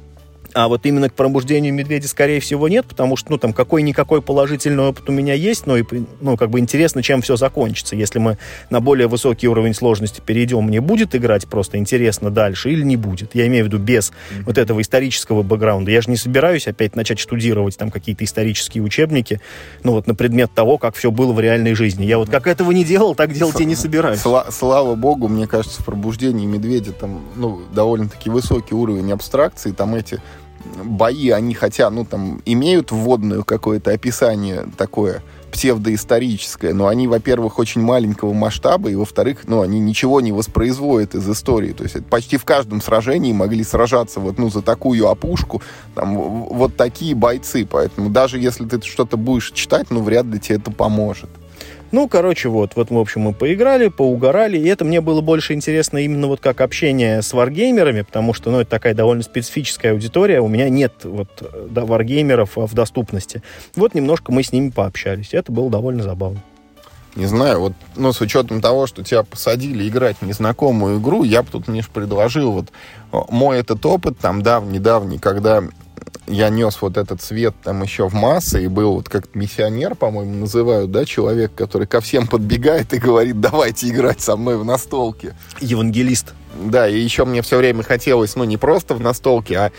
А вот именно к «Пробуждению медведя», скорее всего, нет, потому что, там какой-никакой положительный опыт у меня есть, но интересно, чем все закончится. Если мы на более высокий уровень сложности перейдем, мне будет играть просто интересно дальше или не будет? Я имею в виду без вот этого исторического бэкграунда. Я же не собираюсь опять начать штудировать там какие-то исторические учебники, на предмет того, как все было в реальной жизни. Я вот как этого не делал, так делать и не собираюсь. Слава богу, мне кажется, в «Пробуждении медведя» там, довольно-таки высокий уровень абстракции, там эти бои, они хотя, имеют вводное какое-то описание такое псевдоисторическое, но они, во-первых, очень маленького масштаба, и, во-вторых, они ничего не воспроизводят из истории. То есть почти в каждом сражении могли сражаться за такую опушку, там, вот такие бойцы. Поэтому даже если ты что-то будешь читать, вряд ли тебе это поможет. В общем, мы поиграли, поугорали, и это мне было больше интересно именно как общение с варгеймерами, потому что, это такая довольно специфическая аудитория, у меня нет варгеймеров в доступности. Немножко мы с ними пообщались, это было довольно забавно. Не знаю, с учетом того, что тебя посадили играть в незнакомую игру, я бы тут, Миш, предложил мой этот опыт, давний, когда я нес этот свет там еще в массы и был как миссионер, по-моему, называют, да, человек, который ко всем подбегает и говорит: давайте играть со мной в настолки. Евангелист. Да, и еще мне все время хотелось, не просто в настолки, а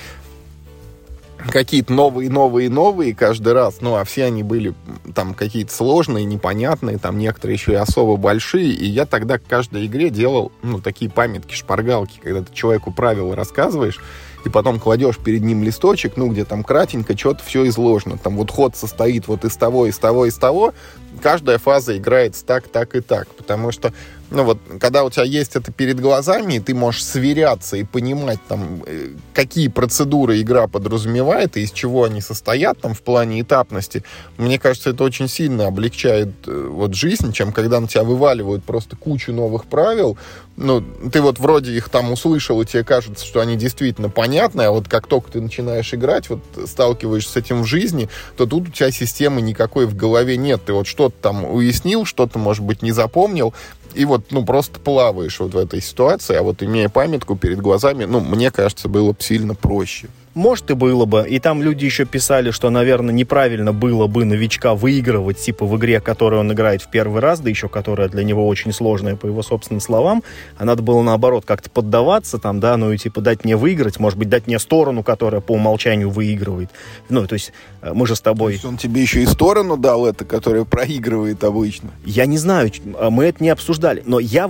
какие-то новые каждый раз, а все они были там какие-то сложные, непонятные, там некоторые еще и особо большие, и я тогда к каждой игре делал, такие памятки, шпаргалки, когда ты человеку правила рассказываешь, и потом кладешь перед ним листочек, где там кратенько что-то все изложено. Там ход состоит из того, из того, из того. Каждая фаза играется так и так. Потому что, когда у тебя есть это перед глазами, и ты можешь сверяться и понимать, там, какие процедуры игра подразумевает и из чего они состоят там в плане этапности, мне кажется, это очень сильно облегчает жизнь, чем когда на тебя вываливают просто кучу новых правил. Ты вроде их там услышал, и тебе кажется, что они действительно понятны, а как только ты начинаешь играть, сталкиваешься с этим в жизни, то тут у тебя системы никакой в голове нет. Ты что-то там уяснил, что-то, может быть, не запомнил, и просто плаваешь в этой ситуации, а имея памятку перед глазами, мне кажется, было бы сильно проще. Может, и было бы. И там люди еще писали, что, наверное, неправильно было бы новичка выигрывать, в игре, которую он играет в первый раз, да еще которая для него очень сложная, по его собственным словам. А надо было, наоборот, как-то поддаваться, дать мне выиграть, может быть, дать мне сторону, которая по умолчанию выигрывает. То есть мы же с тобой... То есть он тебе еще и сторону дал, которая проигрывает обычно? Я не знаю, мы это не обсуждали. Но я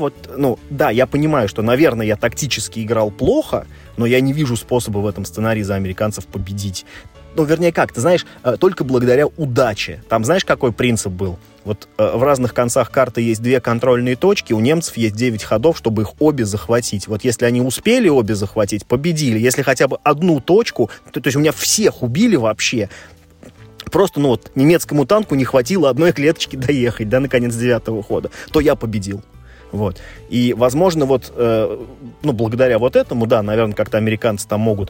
я понимаю, что, наверное, я тактически играл плохо, но я не вижу способа в этом сценарии за американцев победить. Вернее, ты знаешь, только благодаря удаче. Там знаешь, какой принцип был? В разных концах карты есть 2 контрольные точки, у немцев есть 9 ходов, чтобы их обе захватить. Если они успели обе захватить, победили. Если хотя бы одну точку, то есть у меня всех убили вообще. Просто, немецкому танку не хватило одной клеточки доехать, на конец 9-го хода, то я победил. И, возможно, благодаря этому, да, наверное, как-то американцы там могут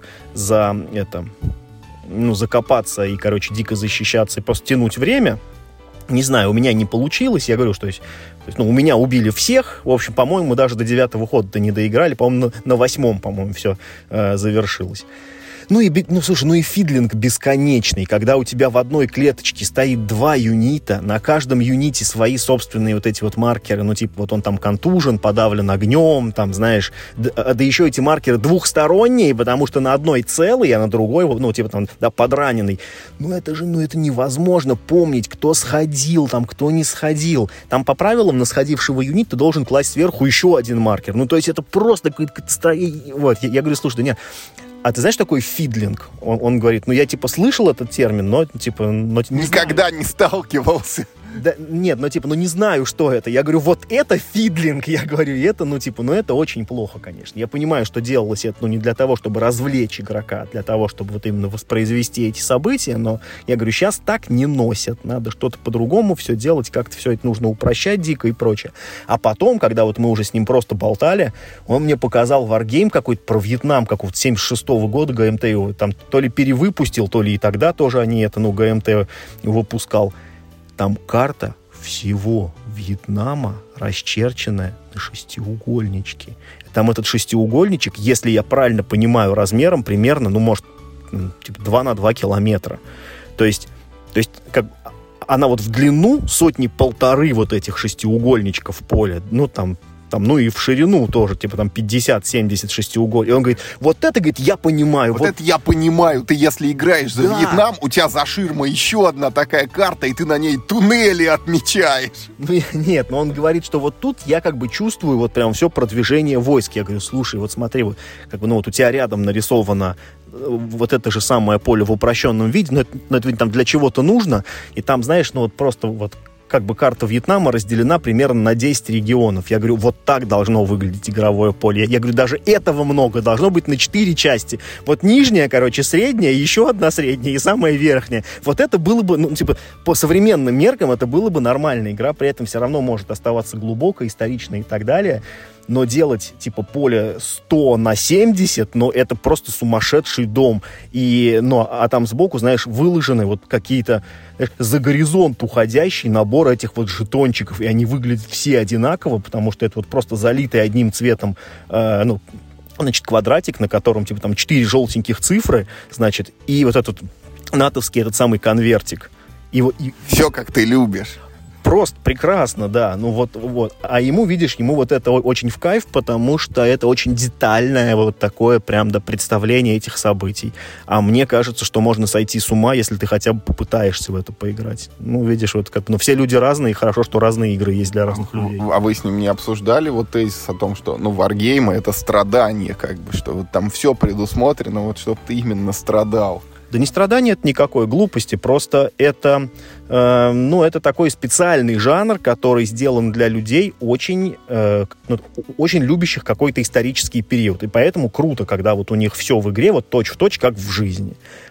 закопаться и, дико защищаться и просто тянуть время. Не знаю, у меня не получилось. Я говорю, что у меня убили всех. В общем, по-моему, даже до 9-го хода-то не доиграли. По-моему, на 8-м, все завершилось. Слушай, и фидлинг бесконечный, когда у тебя в одной клеточке стоит 2 юнита, на каждом юните свои собственные вот эти вот маркеры, вот он там контужен, подавлен огнем, там, знаешь, да еще эти маркеры двухсторонние, потому что на одной целый, а на другой, подраненный. Это невозможно помнить, кто сходил, там, кто не сходил. Там по правилам на сходившего юнита ты должен класть сверху еще один маркер. То есть это просто какое-то... Вот, я говорю, слушай, да нет, а ты знаешь такой фидлинг? Он говорит, я слышал этот термин, но никогда не сталкивался. Да, нет, не знаю, что это. Я говорю, вот это фидлинг. Я говорю, это, это очень плохо, конечно. Я понимаю, что делалось это, не для того, чтобы развлечь игрока, а для того, чтобы вот именно воспроизвести эти события, но я говорю, сейчас так не носят. Надо что-то по-другому все делать, как-то все это нужно упрощать дико и прочее. А потом, когда вот мы уже с ним просто болтали, он мне показал варгейм какой-то про Вьетнам, какого-то 76-го года ГМТ его там то ли перевыпустил, то ли и тогда тоже они ГМТ выпускал. Там карта всего Вьетнама расчерченная на шестиугольничке. Там этот шестиугольничек, если я правильно понимаю, размером примерно, 2 на 2 километра. То есть она вот в длину 1,5 вот этих шестиугольничков поля, и в ширину тоже, 50-70 шестиугольников. И он говорит, вот это, я понимаю. Вот это я понимаю. Ты, если играешь за Вьетнам, у тебя за ширмой еще одна такая карта, и ты на ней туннели отмечаешь. Нет, но он говорит, что вот тут я чувствую вот прям все продвижение войск. Я говорю, слушай, вот смотри, у тебя рядом нарисовано вот это же самое поле в упрощенном виде, но это там для чего-то нужно, и там, знаешь, просто карта Вьетнама разделена примерно на 10 регионов. Я говорю, вот так должно выглядеть игровое поле. Я говорю, даже этого много. Должно быть на 4 части. Вот нижняя, средняя, еще одна средняя и самая верхняя. Вот это было бы, по современным меркам это было бы нормальная игра. При этом все равно может оставаться глубокой, историчной и так далее. Но делать, поле 100 на 70, это просто сумасшедший дом. А там сбоку, знаешь, выложены вот какие-то, за горизонт уходящий набор этих вот жетончиков. И они выглядят все одинаково, потому что это вот просто залитый одним цветом, квадратик, на котором, 4 желтеньких цифры, и вот этот натовский этот самый конвертик. Все, как ты любишь. Просто прекрасно, да. А ему вот это очень в кайф, потому что это очень детальное вот такое прям представление этих событий. А мне кажется, что можно сойти с ума, если ты хотя бы попытаешься в это поиграть. Видишь, все люди разные, и хорошо, что разные игры есть для разных людей. А вы с ним не обсуждали тезис о том, что, варгеймы — это страдание, что вот там все предусмотрено, чтобы ты именно страдал? Да не страдание это никакой, глупости, просто это, это такой специальный жанр, который сделан для людей, очень любящих какой-то исторический период. И поэтому круто, когда вот у них все в игре точь-в-точь, как в жизни.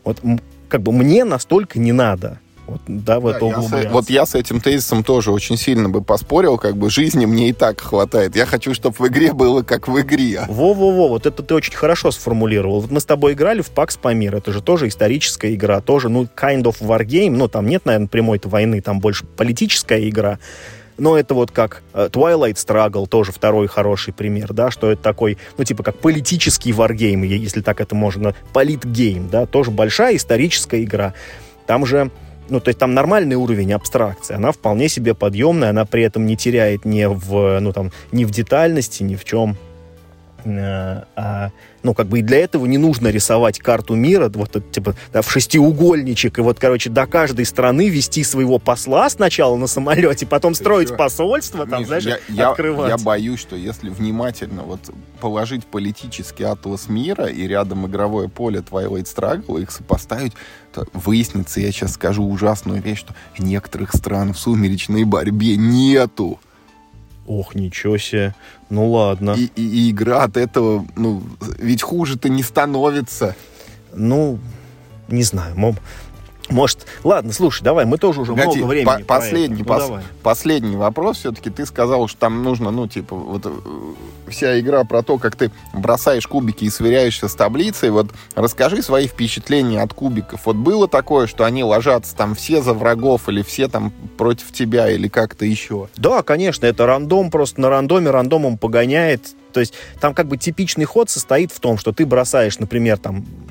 Мне настолько не надо. Я с этим тезисом тоже очень сильно бы поспорил, жизни мне и так хватает. Я хочу, чтобы в игре было как в игре. Вот это ты очень хорошо сформулировал. Вот мы с тобой играли в Pax Pamir, это же тоже историческая игра, тоже, kind of wargame, там нет, наверное, прямой-то войны, там больше политическая игра. Но это вот как Twilight Struggle, тоже второй хороший пример, да, что это такой, как политический wargame, если так это можно, политгейм, да, тоже большая историческая игра. Там же то есть там нормальный уровень абстракции, она вполне себе подъемная, она при этом не теряет ни в детальности, ни в чем. И для этого не нужно рисовать карту мира, в шестиугольничек, и до каждой страны вести своего посла сначала на самолете, потом строить посольство, Миш, открывать. Я боюсь, что если внимательно положить политический атлас мира и рядом игровое поле Twilight Struggle, их сопоставить, то выяснится, я сейчас скажу ужасную вещь, что некоторых стран в сумеречной борьбе нету. Ох, ничего себе. Ладно. И игра от этого, ведь хуже-то не становится. Не знаю, может... Ладно, слушай, давай, мы тоже уже много времени. Последний вопрос. Все-таки ты сказал, что там нужно, вся игра про то, как ты бросаешь кубики и сверяешься с таблицей. Расскажи свои впечатления от кубиков. Было такое, что они ложатся там все за врагов или все там против тебя или как-то еще? Да, конечно, это рандом, просто на рандомом погоняет. То есть там типичный ход состоит в том, что ты бросаешь, например, там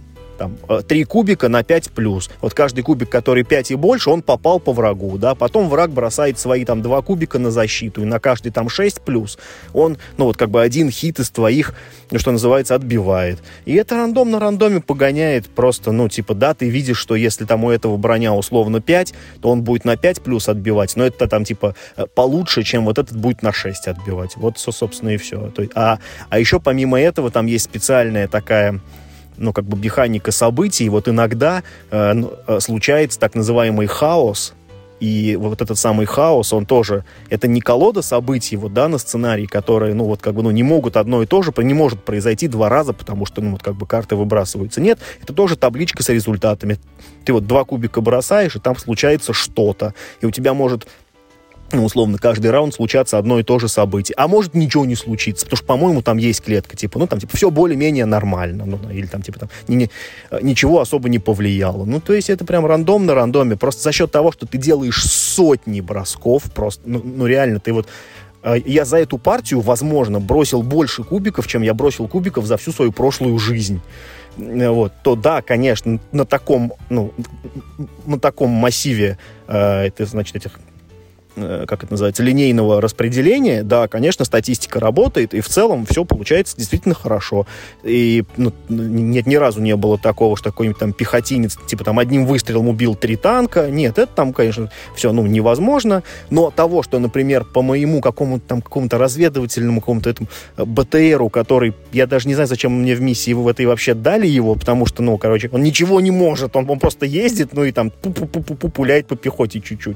там 3 кубика на 5+. Вот каждый кубик, который 5 и больше, он попал по врагу, да, потом враг бросает свои там 2 кубика на защиту, и на каждый там 6+, он, ну, вот как бы один хит из твоих, что называется, отбивает. И это рандом на рандоме погоняет просто, ну, типа, да, ты видишь, что если там у этого броня условно 5, то он будет на 5+ отбивать, но это там, типа, получше, чем вот этот будет на 6 отбивать. Вот, собственно, и все. А еще помимо этого там есть специальная такая, ну, как бы механика событий. Вот иногда случается так называемый хаос, и вот этот самый хаос, он тоже, это не колода событий, вот, да, на сценарии, которые, ну, вот, как бы, ну, не могут одно и то же, не может произойти 2 раза, потому что, ну, вот, как бы, карты выбрасываются. Нет, это тоже табличка с результатами. Ты вот 2 кубика бросаешь, и там случается что-то, и у тебя может, ну, условно, каждый раунд случаться одно и то же событие. А может ничего не случиться, потому что, по-моему, там есть клетка, типа, ну, там, типа, все более-менее нормально, ну, или там, типа, там, ничего особо не повлияло. Ну, то есть это прям рандом на рандоме, просто за счет того, что ты делаешь сотни бросков, просто, ну реально, ты вот... Я за эту партию, возможно, бросил больше кубиков, чем я бросил кубиков за всю свою прошлую жизнь. Вот, то да, конечно, на таком, ну, на таком массиве, это, значит, этих... как это называется, линейного распределения, да, конечно, статистика работает, и в целом все получается действительно хорошо. И ну, нет, ни разу не было такого, что какой-нибудь там пехотинец, типа там одним выстрелом убил 3 танка. Нет, это там, конечно, все, ну, невозможно. Но того, что, например, по моему какому-то разведывательному какому-то этому БТРу, который, я даже не знаю, зачем мне в миссии в этой вообще дали его, потому что, ну, короче, он ничего не может, он просто ездит, ну, и там пуляет по пехоте чуть-чуть.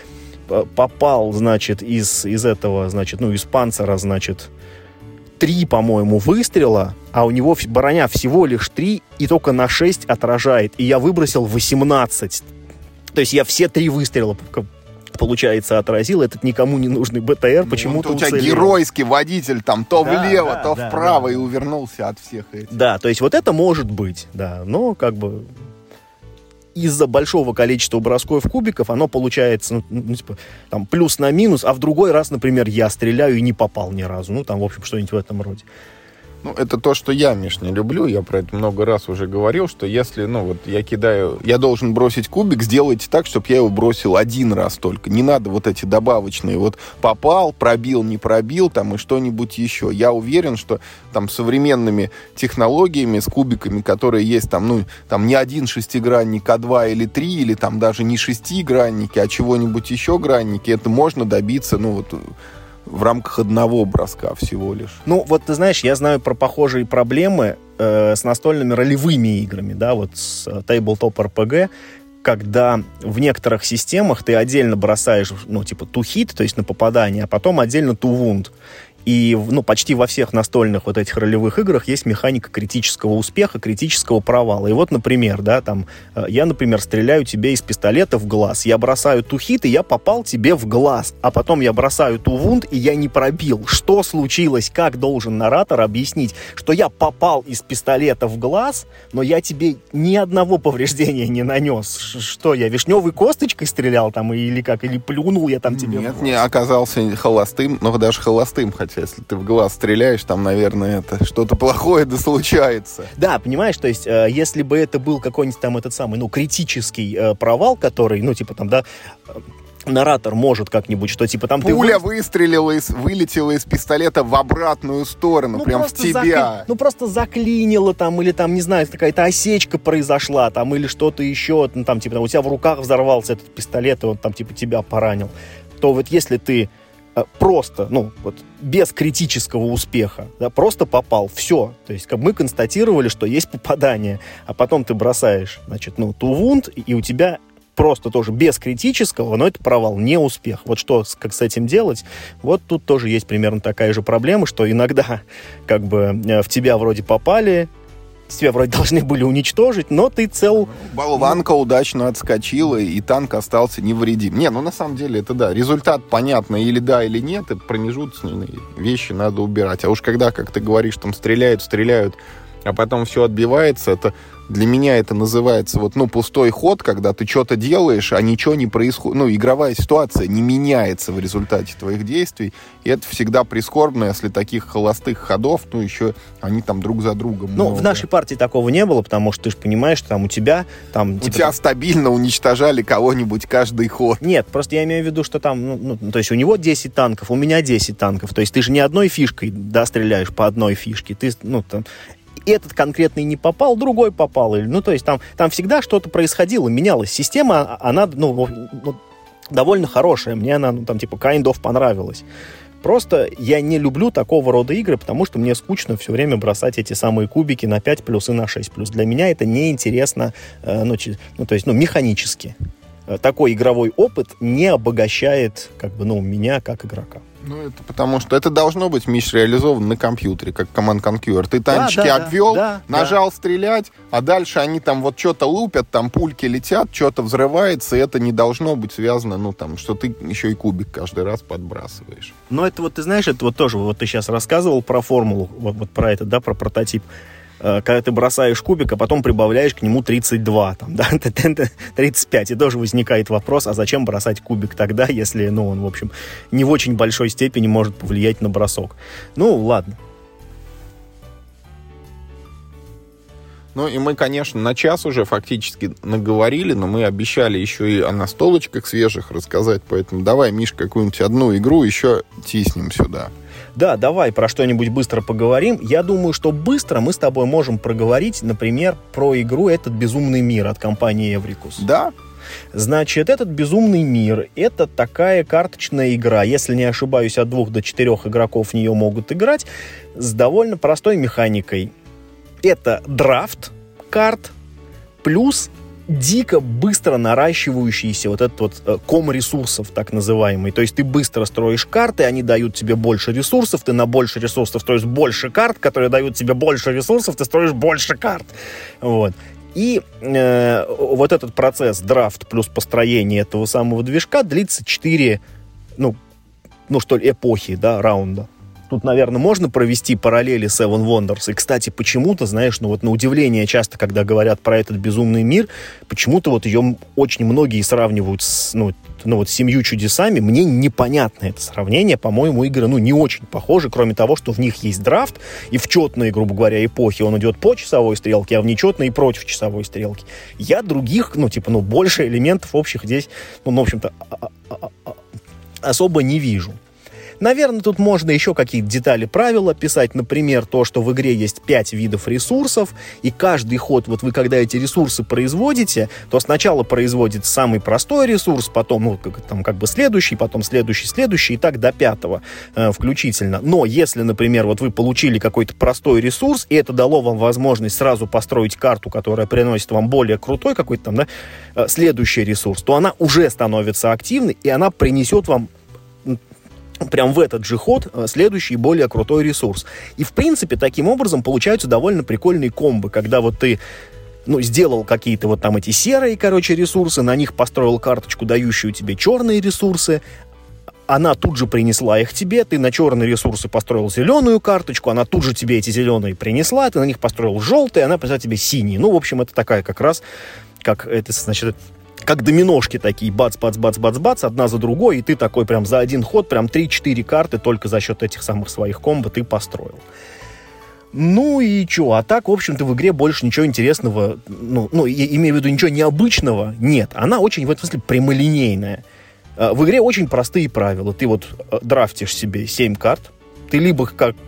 Попал, значит, из этого, значит, ну, из панцира, значит, 3, по-моему, выстрела, а у него броня всего лишь 3 и только на 6 отражает. И я выбросил 18. То есть я все 3 выстрела, получается, отразил. Этот никому не нужный БТР почему-то у тебя уцелел. геройский водитель там то влево, то вправо и увернулся от всех этих. Да, то есть вот это может быть, да, но как бы... Из-за большого количества бросков кубиков оно получается, ну, типа, там, плюс на минус, а в другой раз, например, я стреляю и не попал ни разу. Ну, там, в общем, что-нибудь в этом роде. Ну, это то, что я, Миш, не люблю. Я про это много раз уже говорил, что если, ну, вот я кидаю... Я должен бросить кубик, сделайте так, чтобы я его бросил 1 раз только. Не надо вот эти добавочные. Вот попал, пробил, не пробил, там, и что-нибудь еще. Я уверен, что там современными технологиями с кубиками, которые есть там, ну, там не один шестигранник, а 2 или 3, или там даже не шестигранники, а чего-нибудь еще гранники, это можно добиться, ну, вот... в рамках одного броска всего лишь. Ну, вот ты знаешь, я знаю про похожие проблемы с настольными ролевыми играми, да, вот с Tabletop RPG, когда в некоторых системах ты отдельно бросаешь, ну, типа, to hit, то есть на попадание, а потом отдельно to wound. И, ну, почти во всех настольных вот этих ролевых играх есть механика критического успеха, критического провала. И вот, например, да, там, я, например, стреляю тебе из пистолета в глаз. Я бросаю to hit, и я попал тебе в глаз. А потом я бросаю to wound, и я не пробил. Что случилось? Как должен наратор объяснить, что я попал из пистолета в глаз, но я тебе ни одного повреждения не нанес? Что, я вишневой косточкой стрелял там, или как? Или плюнул я там тебе в глаз? Нет, не оказался холостым, но даже холостым, хотя если ты в глаз стреляешь, там, наверное, это что-то плохое да случается. Да, понимаешь, то есть, если бы это был какой-нибудь там этот самый, ну, критический провал, который, ну, типа там, да, наратор может как-нибудь, что типа там... Пуля вылетела из пистолета в обратную сторону, ну, прям в тебя. Ну, просто заклинило там, или там, не знаю, какая-то осечка произошла, там, или что-то еще, ну, там, типа, у тебя в руках взорвался этот пистолет, и он там, типа, тебя поранил. То вот если ты просто, ну, вот, без критического успеха, да, просто попал, все. То есть, как мы констатировали, что есть попадание, а потом ты бросаешь, значит, ну, to wound, и у тебя просто тоже без критического, но это провал, не успех. Вот что, как с этим делать? Вот тут тоже есть примерно такая же проблема, что иногда, как бы, в тебя вроде попали, тебя вроде должны были уничтожить, но ты цел. Болванка удачно отскочила, и танк остался невредим. Не, ну на самом деле это да, результат понятно, или да, или нет, это промежуточные вещи надо убирать. А уж когда, как ты говоришь, там стреляют, а потом все отбивается, для меня это называется пустой ход, когда ты что-то делаешь, а ничего не происходит. Игровая ситуация не меняется в результате твоих действий, и это всегда прискорбно, если таких холостых ходов, еще они там друг за другом. В нашей партии такого не было, потому что ты же понимаешь, что там у тебя... У тебя стабильно уничтожали кого-нибудь каждый ход. Нет, просто я имею в виду, что там, то есть у него 10 танков, у меня 10 танков, то есть ты же не одной фишкой, стреляешь по одной фишке, ты, этот конкретный не попал, другой попал. То есть там всегда что-то происходило, менялась. Система, она, довольно хорошая. Мне она, kind of понравилась. Просто я не люблю такого рода игры, потому что мне скучно все время бросать эти самые кубики на 5+ и на 6+. Для меня это неинтересно, механически. Такой игровой опыт не обогащает, меня как игрока. Это потому что это должно быть, Миш, реализовано на компьютере, как Command Conquer. Ты танчики обвел, нажал стрелять, а дальше они там что-то лупят, там пульки летят, что-то взрывается, и это не должно быть связано, что ты еще и кубик каждый раз подбрасываешь. Это ты знаешь, это тоже, ты сейчас рассказывал про формулу, про это, про прототип. Когда ты бросаешь кубик, а потом прибавляешь к нему 32, 35, и тоже возникает вопрос, а зачем бросать кубик тогда, если, он, в общем, не в очень большой степени может повлиять на бросок. Ладно. И мы, конечно, на час уже фактически наговорили, но мы обещали еще и о настолочках свежих рассказать, поэтому давай, Миш, какую-нибудь одну игру еще тиснем сюда. Да, давай про что-нибудь быстро поговорим. Я думаю, что быстро мы с тобой можем проговорить, например, про игру «Этот безумный мир» от компании Эврикус. Да. Значит, «Этот безумный мир» — это такая карточная игра, если не ошибаюсь, от 2 до 4 игроков в нее могут играть, с довольно простой механикой. Это драфт карт плюс дико быстро наращивающийся этот ком ресурсов, так называемый. То есть ты быстро строишь карты, они дают тебе больше ресурсов, ты на больше ресурсов строишь больше карт, которые дают тебе больше ресурсов, ты строишь больше карт. И этот процесс драфт плюс построение этого самого движка длится 4, эпохи, раунда. Тут, наверное, можно провести параллели с Seven Wonders. И, кстати, почему-то, знаешь, на удивление часто, когда говорят про этот безумный мир, почему-то ее очень многие сравнивают с, с 7 чудесами. Мне непонятно это сравнение. По-моему, игры, не очень похожи, кроме того, что в них есть драфт, и в четной, грубо говоря, эпохе он идет по часовой стрелке, а в нечетной и против часовой стрелки. Я других, больше элементов общих здесь, в общем-то, особо не вижу. Наверное, тут можно еще какие-то детали правила писать. Например, то, что в игре есть 5 видов ресурсов, и каждый ход, вы когда эти ресурсы производите, то сначала производится самый простой ресурс, потом, следующий, потом следующий, и так до 5-го включительно. Но если, например, вы получили какой-то простой ресурс, и это дало вам возможность сразу построить карту, которая приносит вам более крутой какой-то следующий ресурс, то она уже становится активной, и она принесет вам прям в этот же ход следующий более крутой ресурс. И, в принципе, таким образом получаются довольно прикольные комбы, когда ты сделал какие-то эти серые, ресурсы, на них построил карточку, дающую тебе черные ресурсы, она тут же принесла их тебе, ты на черные ресурсы построил зеленую карточку, она тут же тебе эти зеленые принесла, ты на них построил желтые, она принесла тебе синие. В общем, это такая как раз, как доминошки такие, бац-бац-бац-бац-бац, одна за другой, и ты такой прям за один ход, прям 3-4 карты только за счет этих самых своих комбо ты построил. И что? А так, в общем-то, в игре больше ничего интересного, имею в виду ничего необычного, нет. Она очень, в этом смысле, прямолинейная. В игре очень простые правила. Ты драфтишь себе 7 карт, ты либо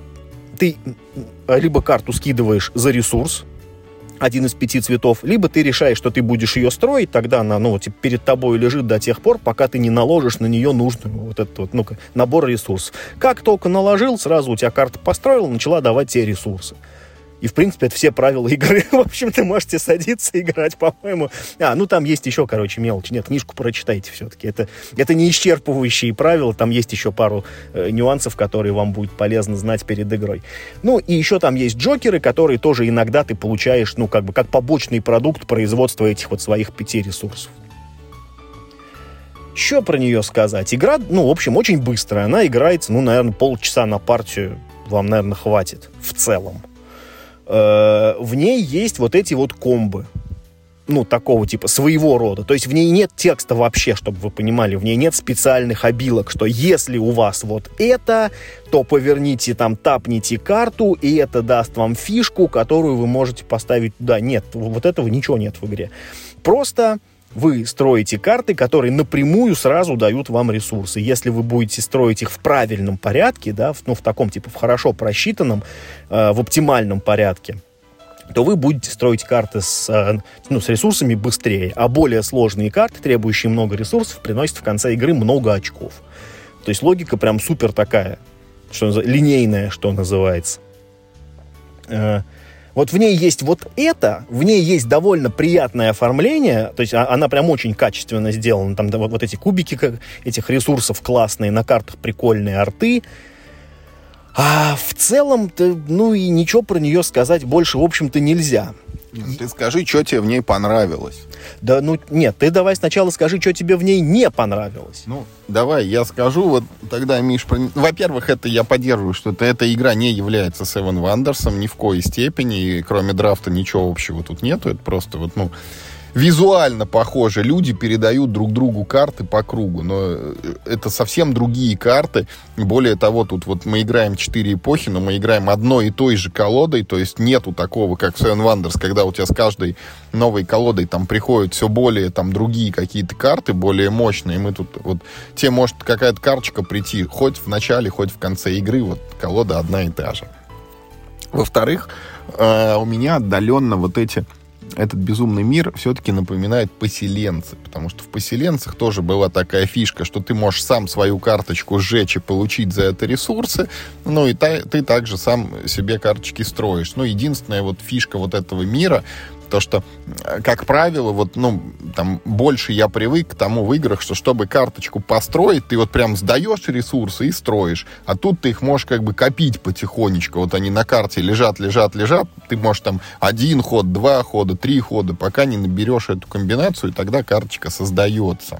карту скидываешь за ресурс, один из 5 цветов, либо ты решаешь, что ты будешь ее строить, тогда она, перед тобой лежит до тех пор, пока ты не наложишь на нее нужный набор ресурсов. Как только наложил, сразу у тебя карта построила, начала давать тебе ресурсы. И, в принципе, это все правила игры. В общем-то, можете садиться и играть, по-моему. Там есть еще, мелочь. Нет, книжку прочитайте все-таки. Это не исчерпывающие правила. Там есть еще пару нюансов, которые вам будет полезно знать перед игрой. И еще там есть джокеры, которые тоже иногда ты получаешь, как побочный продукт производства этих своих 5 ресурсов. Что про нее сказать? Игра, в общем, очень быстрая. Она играется, наверное, полчаса на партию вам, наверное, хватит в целом. в ней есть вот эти вот комбы. Ну, такого типа, своего рода. То есть в ней нет текста вообще, чтобы вы понимали. В ней нет специальных обилок, что если у вас вот это, то поверните там, тапните карту, и это даст вам фишку, которую вы можете поставить туда. Нет, вот этого ничего нет в игре. Просто вы строите карты, которые напрямую сразу дают вам ресурсы. Если вы будете строить их в правильном порядке, да, в таком типа, в хорошо просчитанном, в оптимальном порядке, то вы будете строить карты с ресурсами быстрее. А более сложные карты, требующие много ресурсов, приносят в конце игры много очков. То есть логика прям супер такая, линейная, что называется. Вот в ней есть вот это, в ней есть довольно приятное оформление, то есть она прям очень качественно сделана. Там вот эти кубики этих ресурсов классные, на картах прикольные арты. А в целом-то, и ничего про нее сказать больше, в общем-то, нельзя. Ты скажи, что тебе в ней понравилось. Да, нет, ты давай сначала скажи, что тебе в ней не понравилось. Давай, я скажу, вот тогда, Миш, во-первых, это я поддерживаю, что эта игра не является Seven Wonders ни в коей степени, и кроме драфта ничего общего тут нету, это просто визуально похоже. Люди передают друг другу карты по кругу, но это совсем другие карты. Более того, тут вот мы играем 4 эпохи, но мы играем одной и той же колодой, то есть нету такого, как в Seven Wonders, когда у тебя с каждой новой колодой там приходят все более там другие какие-то карты, более мощные. Мы тут вот тебе может какая-то карточка прийти хоть в начале, хоть в конце игры, вот колода одна и та же. Во-вторых, у меня отдаленно этот безумный мир все-таки напоминает поселенцы, потому что в поселенцах тоже была такая фишка, что ты можешь сам свою карточку сжечь и получить за это ресурсы, и ты также сам себе карточки строишь. Единственная фишка этого мира, то, что, как правило, там больше я привык к тому в играх, что чтобы карточку построить, ты прям сдаешь ресурсы и строишь, а тут ты их можешь копить потихонечку. Они на карте лежат, ты можешь там 1 ход, 2 хода, 3 хода, пока не наберешь эту комбинацию, и тогда карточка создается.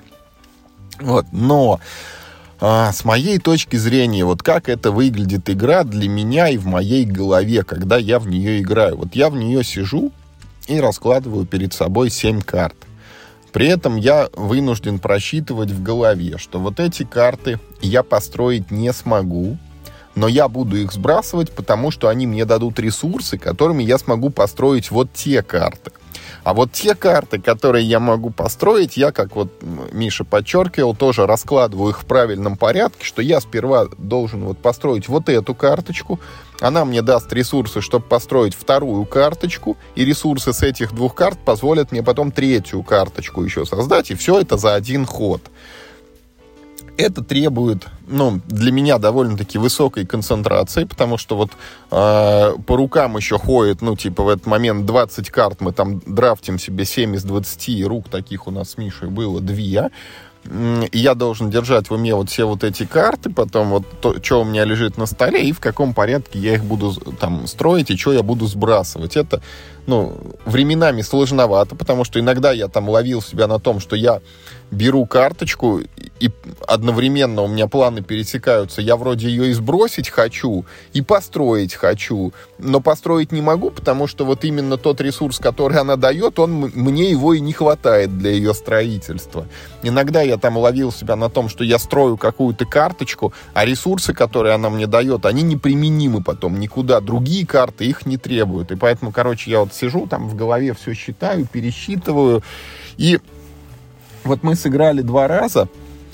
Но с моей точки зрения, как это выглядит игра для меня и в моей голове, когда я в нее играю. Я в нее сижу и раскладываю перед собой 7 карт. При этом я вынужден просчитывать в голове, что эти карты я построить не смогу, но я буду их сбрасывать, потому что они мне дадут ресурсы, которыми я смогу построить те карты. А те карты, которые я могу построить, я, как Миша подчеркивал, тоже раскладываю их в правильном порядке, что я сперва должен построить эту карточку, она мне даст ресурсы, чтобы построить вторую карточку, и ресурсы с этих 2 карт позволят мне потом 3-ю карточку еще создать, и все это за 1 ход. Это требует, для меня довольно-таки высокой концентрации, потому что по рукам еще ходит, в этот момент 20 карт, мы там драфтим себе 7 из 20, и рук таких у нас с Мишей было 2. И я должен держать в уме все эти карты, потом что у меня лежит на столе, и в каком порядке я их буду там строить, и что я буду сбрасывать. Это, временами сложновато, потому что иногда я там ловил себя на том, что я беру карточку, и одновременно у меня планы пересекаются. Я вроде ее и сбросить хочу, и построить хочу, но построить не могу, потому что именно тот ресурс, который она дает, мне его и не хватает для ее строительства. Иногда я там ловил себя на том, что я строю какую-то карточку, а ресурсы, которые она мне дает, они неприменимы потом никуда. Другие карты их не требуют. И поэтому, я сижу там в голове, все считаю, пересчитываю. И мы сыграли 2 раза.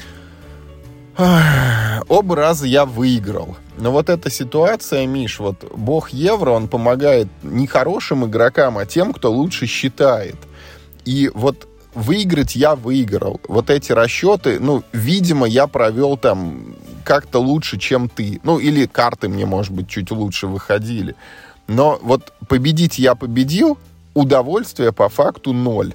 Оба раза я выиграл. Но эта ситуация, Миш, бог евро, он помогает не хорошим игрокам, а тем, кто лучше считает. И выиграть я выиграл. Эти расчеты, видимо, я провел там как-то лучше, чем ты. Или карты мне, может быть, чуть лучше выходили. Но победить я победил, удовольствия по факту 0.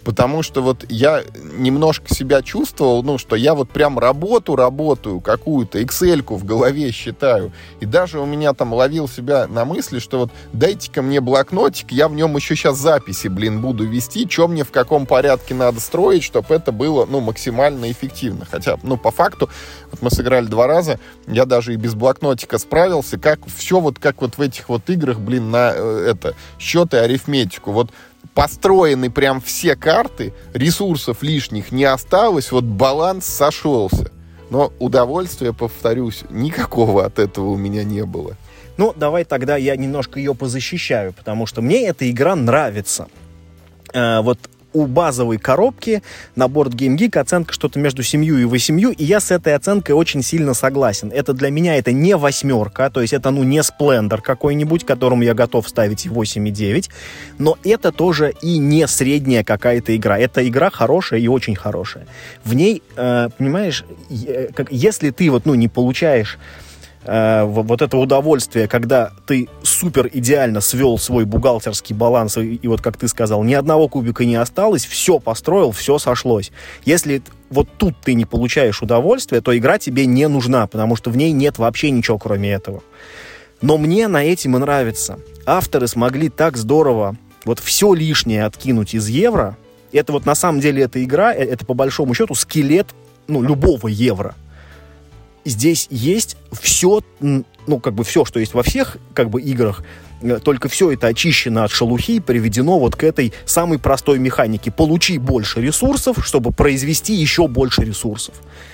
потому что вот я немножко себя чувствовал, ну, что я вот прям работаю какую-то, Excel-ку в голове считаю, и даже у меня там ловил себя на мысли, что вот дайте-ка мне блокнотик, я в нем еще сейчас записи, буду вести, что мне в каком порядке надо строить, чтобы это было, ну, максимально эффективно. Хотя, ну, по факту, вот мы сыграли 2 раза, я даже и без блокнотика справился, как все вот как вот в этих вот играх, на счет и арифметику. Вот построены прям все карты, ресурсов лишних не осталось, вот баланс сошелся. Но удовольствия, повторюсь, никакого от этого у меня не было. Ну, давай тогда я немножко ее позащищаю, потому что мне эта игра нравится. Вот у базовой коробки на Board Game Geek оценка что-то между 7 и 8, и я с этой оценкой очень сильно согласен. Это для меня это не 8, то есть это, ну, не Splendor какой-нибудь, которому я готов ставить и 8, и 9, но это тоже и не средняя какая-то игра. Это игра хорошая и очень хорошая. В ней, понимаешь, если ты вот, ну, не получаешь вот это удовольствие, когда ты супер идеально свел свой бухгалтерский баланс, и вот, как ты сказал, ни одного кубика не осталось, все построил, все сошлось. Если вот тут ты не получаешь удовольствия, то игра тебе не нужна, потому что в ней нет вообще ничего, кроме этого. Но мне на этом и нравится. Авторы смогли так здорово вот все лишнее откинуть из евро. Это вот на самом деле эта игра, это по большому счету скелет, ну, любого евро. Здесь есть все, ну, как бы все, что есть во всех, как бы, играх, только все это очищено от шелухи и приведено вот к этой самой простой механике. Получи больше ресурсов, чтобы произвести еще больше ресурсов.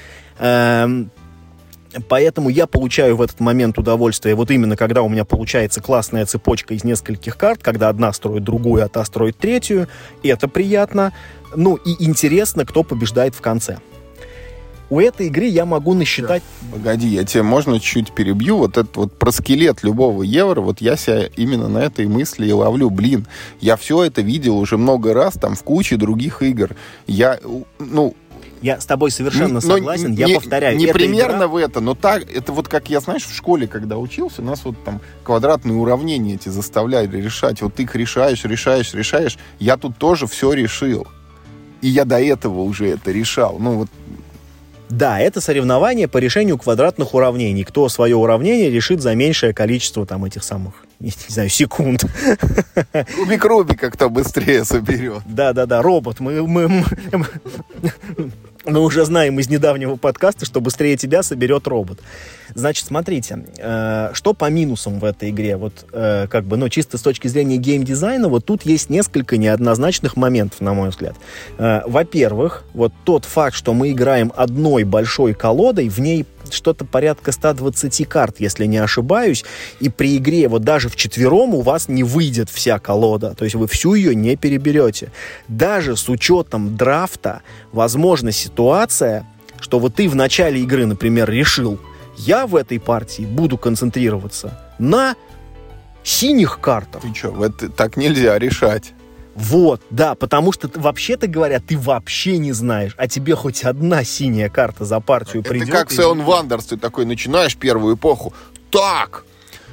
Поэтому я получаю в этот момент удовольствие, вот именно когда у меня получается классная цепочка из нескольких карт, когда одна строит другую, а та строит третью, и это приятно. Ну, и интересно, кто побеждает в конце. У этой игры я могу насчитать... Погоди, я тебе, можно чуть-чуть перебью? Вот это вот про скелет любого евро, вот я себя именно на этой мысли и ловлю. Блин, я все это видел уже много раз, там, в куче других игр. Я с тобой совершенно согласен, я повторяю. Не примерно в это, но так, это вот как я, знаешь, в школе, когда учился, у нас вот там квадратные уравнения эти заставляли решать. Вот ты их решаешь. Я тут тоже все решил. И я до этого уже это решал. Ну вот. Да, это соревнование по решению квадратных уравнений. Кто свое уравнение решит за меньшее количество там этих самых, не знаю, секунд. Кубик Рубика кто быстрее соберет. Да, робот. Мы уже знаем из недавнего подкаста, что быстрее тебя соберет робот. Значит, смотрите, что по минусам в этой игре? Вот, как бы, ну, чисто с точки зрения геймдизайна, вот тут есть несколько неоднозначных моментов, на мой взгляд. Во-первых, вот тот факт, что мы играем одной большой колодой, в ней что-то порядка 120 карт, если не ошибаюсь, и при игре вот даже вчетвером у вас не выйдет вся колода, то есть вы всю ее не переберете. Даже с учетом драфта возможна ситуация, что вот ты в начале игры, например, решил, я в этой партии буду концентрироваться на синих картах. Ты что, это так нельзя решать. Вот, да, потому что, вообще-то говоря, ты вообще не знаешь, а тебе хоть одна синяя карта за партию придет. Это как Seven Wonders, ты такой начинаешь первую эпоху. Так,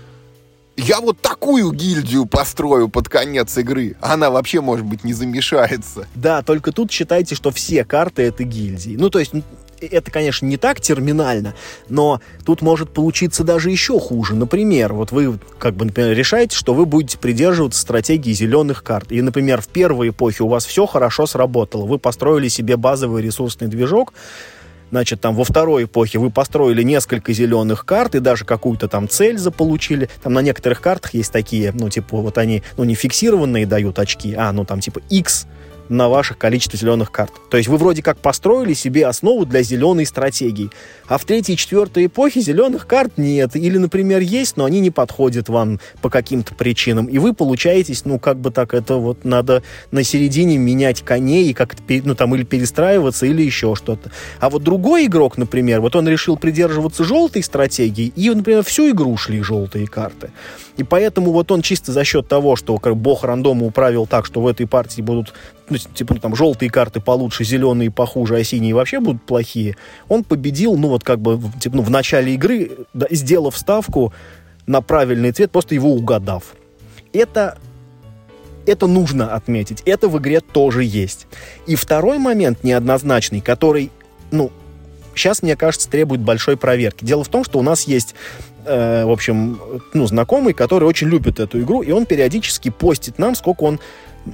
я вот такую гильдию построю под конец игры. Она вообще, может быть, не замешается. Да, только тут считайте, что все карты — это гильдии. Ну, то есть... Это, конечно, не так терминально, но тут может получиться даже еще хуже. Например, вот вы, как бы, например, решаете, что вы будете придерживаться стратегии зеленых карт. И, например, в первой эпохе у вас все хорошо сработало. Вы построили себе базовый ресурсный движок. Значит, там во второй эпохе вы построили несколько зеленых карт и даже какую-то там цель заполучили. Там на некоторых картах есть такие, ну, типа, вот они, ну, не фиксированные дают очки, а, ну, там, типа, X на ваших количество зеленых карт. То есть вы вроде как построили себе основу для зеленой стратегии. А в третьей и четвертой эпохе зеленых карт нет. Или, например, есть, но они не подходят вам по каким-то причинам. И вы получаетесь, ну, как бы так, это вот надо на середине менять коней и как-то, ну, там, или перестраиваться, или еще что-то. А вот другой игрок, например, вот он решил придерживаться желтой стратегии, и, например, всю игру шли желтые карты. И поэтому вот он чисто за счет того, что как бог рандома управил так, что в этой партии будут, ну, типа, там, желтые карты получше, зеленые похуже, а синие вообще будут плохие, он победил, ну, вот как бы, типа, ну, в начале игры, да, сделав ставку на правильный цвет, просто его угадав. Это это нужно отметить. Это в игре тоже есть. И второй момент неоднозначный, который, сейчас, мне кажется, требует большой проверки. Дело в том, что у нас есть, в общем, знакомый, который очень любит эту игру, и он периодически постит нам, сколько он,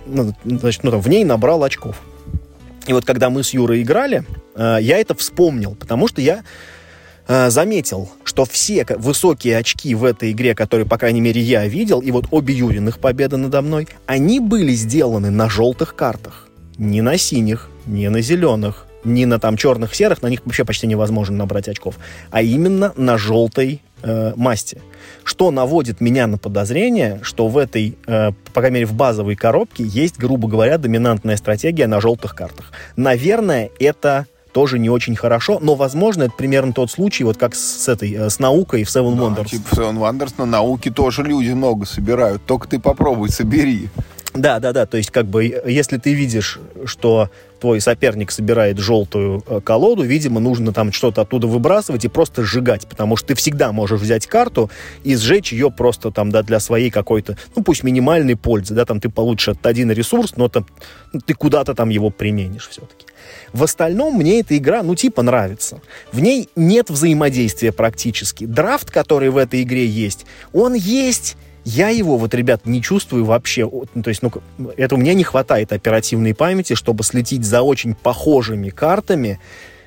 в ней набрал очков. И вот когда мы с Юрой играли, я это вспомнил, потому что я заметил, что все высокие очки в этой игре, которые, по крайней мере, я видел, и вот обе Юриных победы надо мной, они были сделаны на желтых картах. Не на синих, не на зеленых, не на там черных, серых, на них вообще почти невозможно набрать очков, а именно на желтой масти. Что наводит меня на подозрение, что в этой, по крайней мере, в базовой коробке есть, грубо говоря, доминантная стратегия на желтых картах. Наверное, это тоже не очень хорошо, но, возможно, это примерно тот случай, вот как с наукой в Seven Wonders. Типа в Seven Wonders на науке тоже люди много собирают, только ты попробуй, собери. Да, то есть, если ты видишь, что твой соперник собирает желтую колоду, видимо, нужно там что-то оттуда выбрасывать и просто сжигать, потому что ты всегда можешь взять карту и сжечь ее просто там, для своей какой-то, пусть минимальной пользы, там ты получишь один ресурс, но там ты куда-то там его применишь все-таки. В остальном мне эта игра, нравится. В ней нет взаимодействия практически. Драфт, который в этой игре есть, он есть. Я его, ребят, не чувствую вообще. То есть, это у меня не хватает оперативной памяти, чтобы следить за очень похожими картами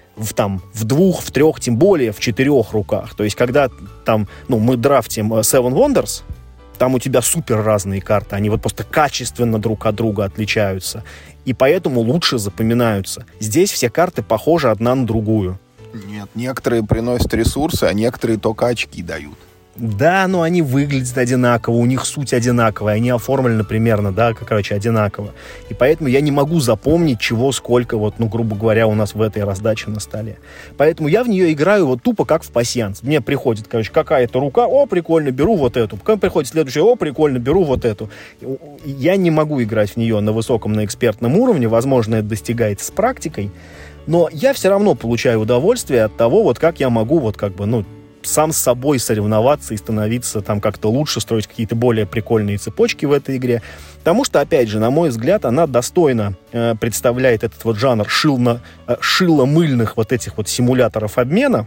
в 2, в 3, тем более в 4 руках. То есть, когда там, мы драфтим Seven Wonders, там у тебя супер разные карты, они просто качественно друг от друга отличаются, и поэтому лучше запоминаются. Здесь все карты похожи одна на другую. Нет, некоторые приносят ресурсы, а некоторые только очки дают. Да, но они выглядят одинаково, у них суть одинаковая, они оформлены примерно, одинаково. И поэтому я не могу запомнить, чего, сколько, грубо говоря, у нас в этой раздаче на столе. Поэтому я в нее играю тупо как в пасьянс. Мне приходит, какая-то рука, прикольно, беру вот эту. Потом приходит следующая, прикольно, беру вот эту. Я не могу играть в нее на высоком, на экспертном уровне, возможно, это достигается с практикой, но я все равно получаю удовольствие от того, как я могу, сам с собой соревноваться и становиться там как-то лучше, строить какие-то более прикольные цепочки в этой игре. Потому что, опять же, на мой взгляд, она достойно представляет этот жанр шило-мыльных этих симуляторов обмена.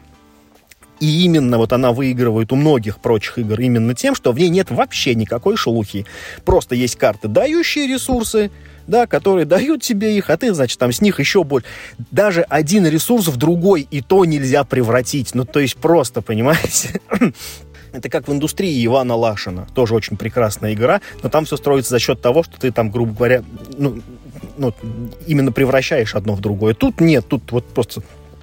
И именно она выигрывает у многих прочих игр именно тем, что в ней нет вообще никакой шелухи. Просто есть карты, дающие ресурсы, которые дают тебе их, а ты, там с них еще больше. Даже один ресурс в другой и то нельзя превратить. То есть просто, понимаете? Это как в индустрии Ивана Лашина. Тоже очень прекрасная игра, но там все строится за счет того, что ты там, грубо говоря, именно превращаешь одно в другое. Тут нет, тут просто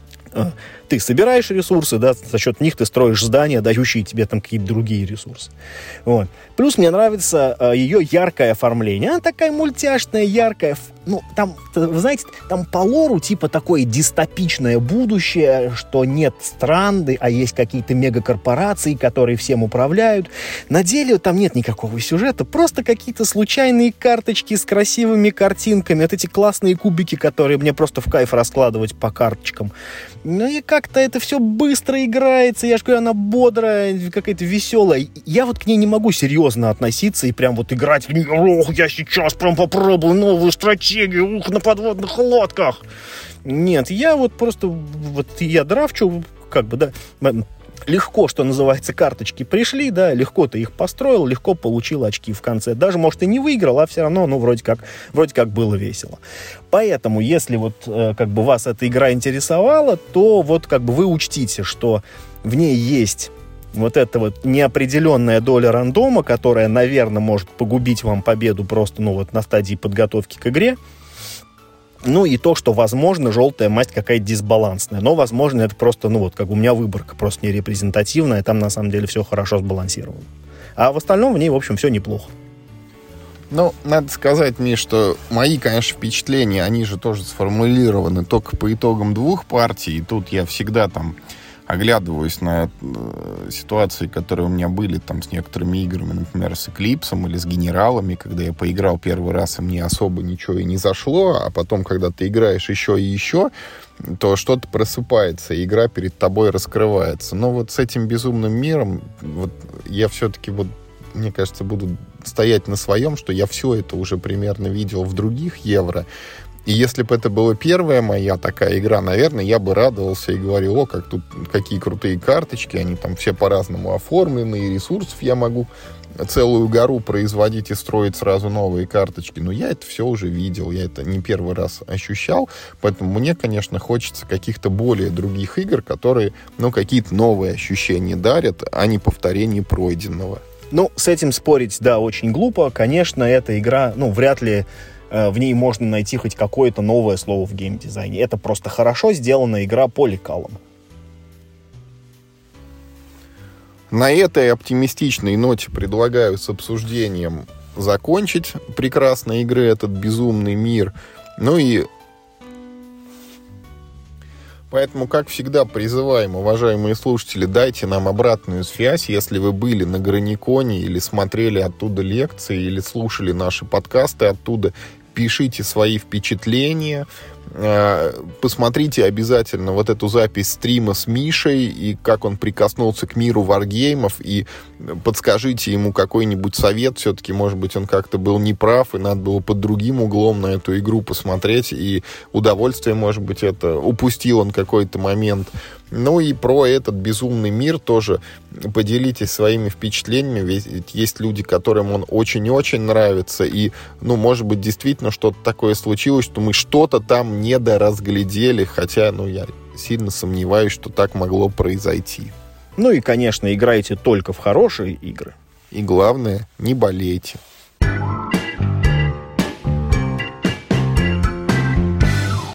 ты собираешь ресурсы, за счет них ты строишь здания, дающие тебе там какие-то другие ресурсы. Плюс мне нравится ее яркое оформление. Она такая мультяшная, яркая. Там, вы знаете, там по лору такое дистопичное будущее, что нет стран, а есть какие-то мегакорпорации, которые всем управляют. На деле там нет никакого сюжета, просто какие-то случайные карточки с красивыми картинками, эти классные кубики, которые мне просто в кайф раскладывать по карточкам. И как-то это все быстро играется, я же говорю, она бодрая, какая-то веселая. Я к ней не могу серьезно относиться и прям играть в нее. Я сейчас прям попробую новую стратегию, на подводных лодках. Нет, я просто, я драфчу, легко, что называется, карточки пришли, легко ты их построил, легко получил очки в конце. Даже, может, и не выиграл, а все равно, вроде как было весело. Поэтому, если вас эта игра интересовала, то вы учтите, что в ней есть эта неопределенная доля рандома, которая, наверное, может погубить вам победу просто, на стадии подготовки к игре. И то, что, возможно, желтая масть какая-то дисбалансная. Но, возможно, это просто, у меня выборка просто не репрезентативная, там, на самом деле, все хорошо сбалансировано. А в остальном в ней, в общем, все неплохо. Надо сказать, Миш, что мои, конечно, впечатления, они же тоже сформулированы только по итогам 2 партий, и тут я всегда оглядываюсь на ситуации, которые у меня были с некоторыми играми, например, с Эклипсом или с Генералами, когда я поиграл первый раз, и мне особо ничего и не зашло, а потом, когда ты играешь еще и еще, то что-то просыпается, и игра перед тобой раскрывается. Но с этим безумным миром я все-таки, мне кажется, буду стоять на своем, что я все это уже примерно видел в других Евро. И если бы это была первая моя такая игра, наверное, я бы радовался и говорил: как тут какие крутые карточки, они там все по-разному оформлены, и ресурсов я могу целую гору производить и строить сразу новые карточки. Но я это все уже видел, я это не первый раз ощущал, поэтому мне, конечно, хочется каких-то более других игр, которые, какие-то новые ощущения дарят, а не повторение пройденного. С этим спорить, да, очень глупо. Конечно, эта игра, вряд ли в ней можно найти хоть какое-то новое слово в геймдизайне. Это просто хорошо сделанная игра по лекалам. На этой оптимистичной ноте предлагаю с обсуждением закончить прекрасной игры «Этот безумный мир». И поэтому, как всегда, призываем, уважаемые слушатели, дайте нам обратную связь, если вы были на Граниконе или смотрели оттуда лекции, или слушали наши подкасты оттуда. Пишите свои впечатления, посмотрите обязательно вот эту запись стрима с Мишей и как он прикоснулся к миру варгеймов, и подскажите ему какой-нибудь совет. Все-таки, может быть, он как-то был неправ, и надо было под другим углом на эту игру посмотреть, и удовольствие, может быть, это упустил он какой-то момент. И про этот безумный мир тоже поделитесь своими впечатлениями, ведь есть люди, которым он очень-очень нравится, и, может быть, действительно что-то такое случилось, что мы что-то там недоразглядели, хотя, я сильно сомневаюсь, что так могло произойти. И, конечно, играйте только в хорошие игры. И главное, не болейте.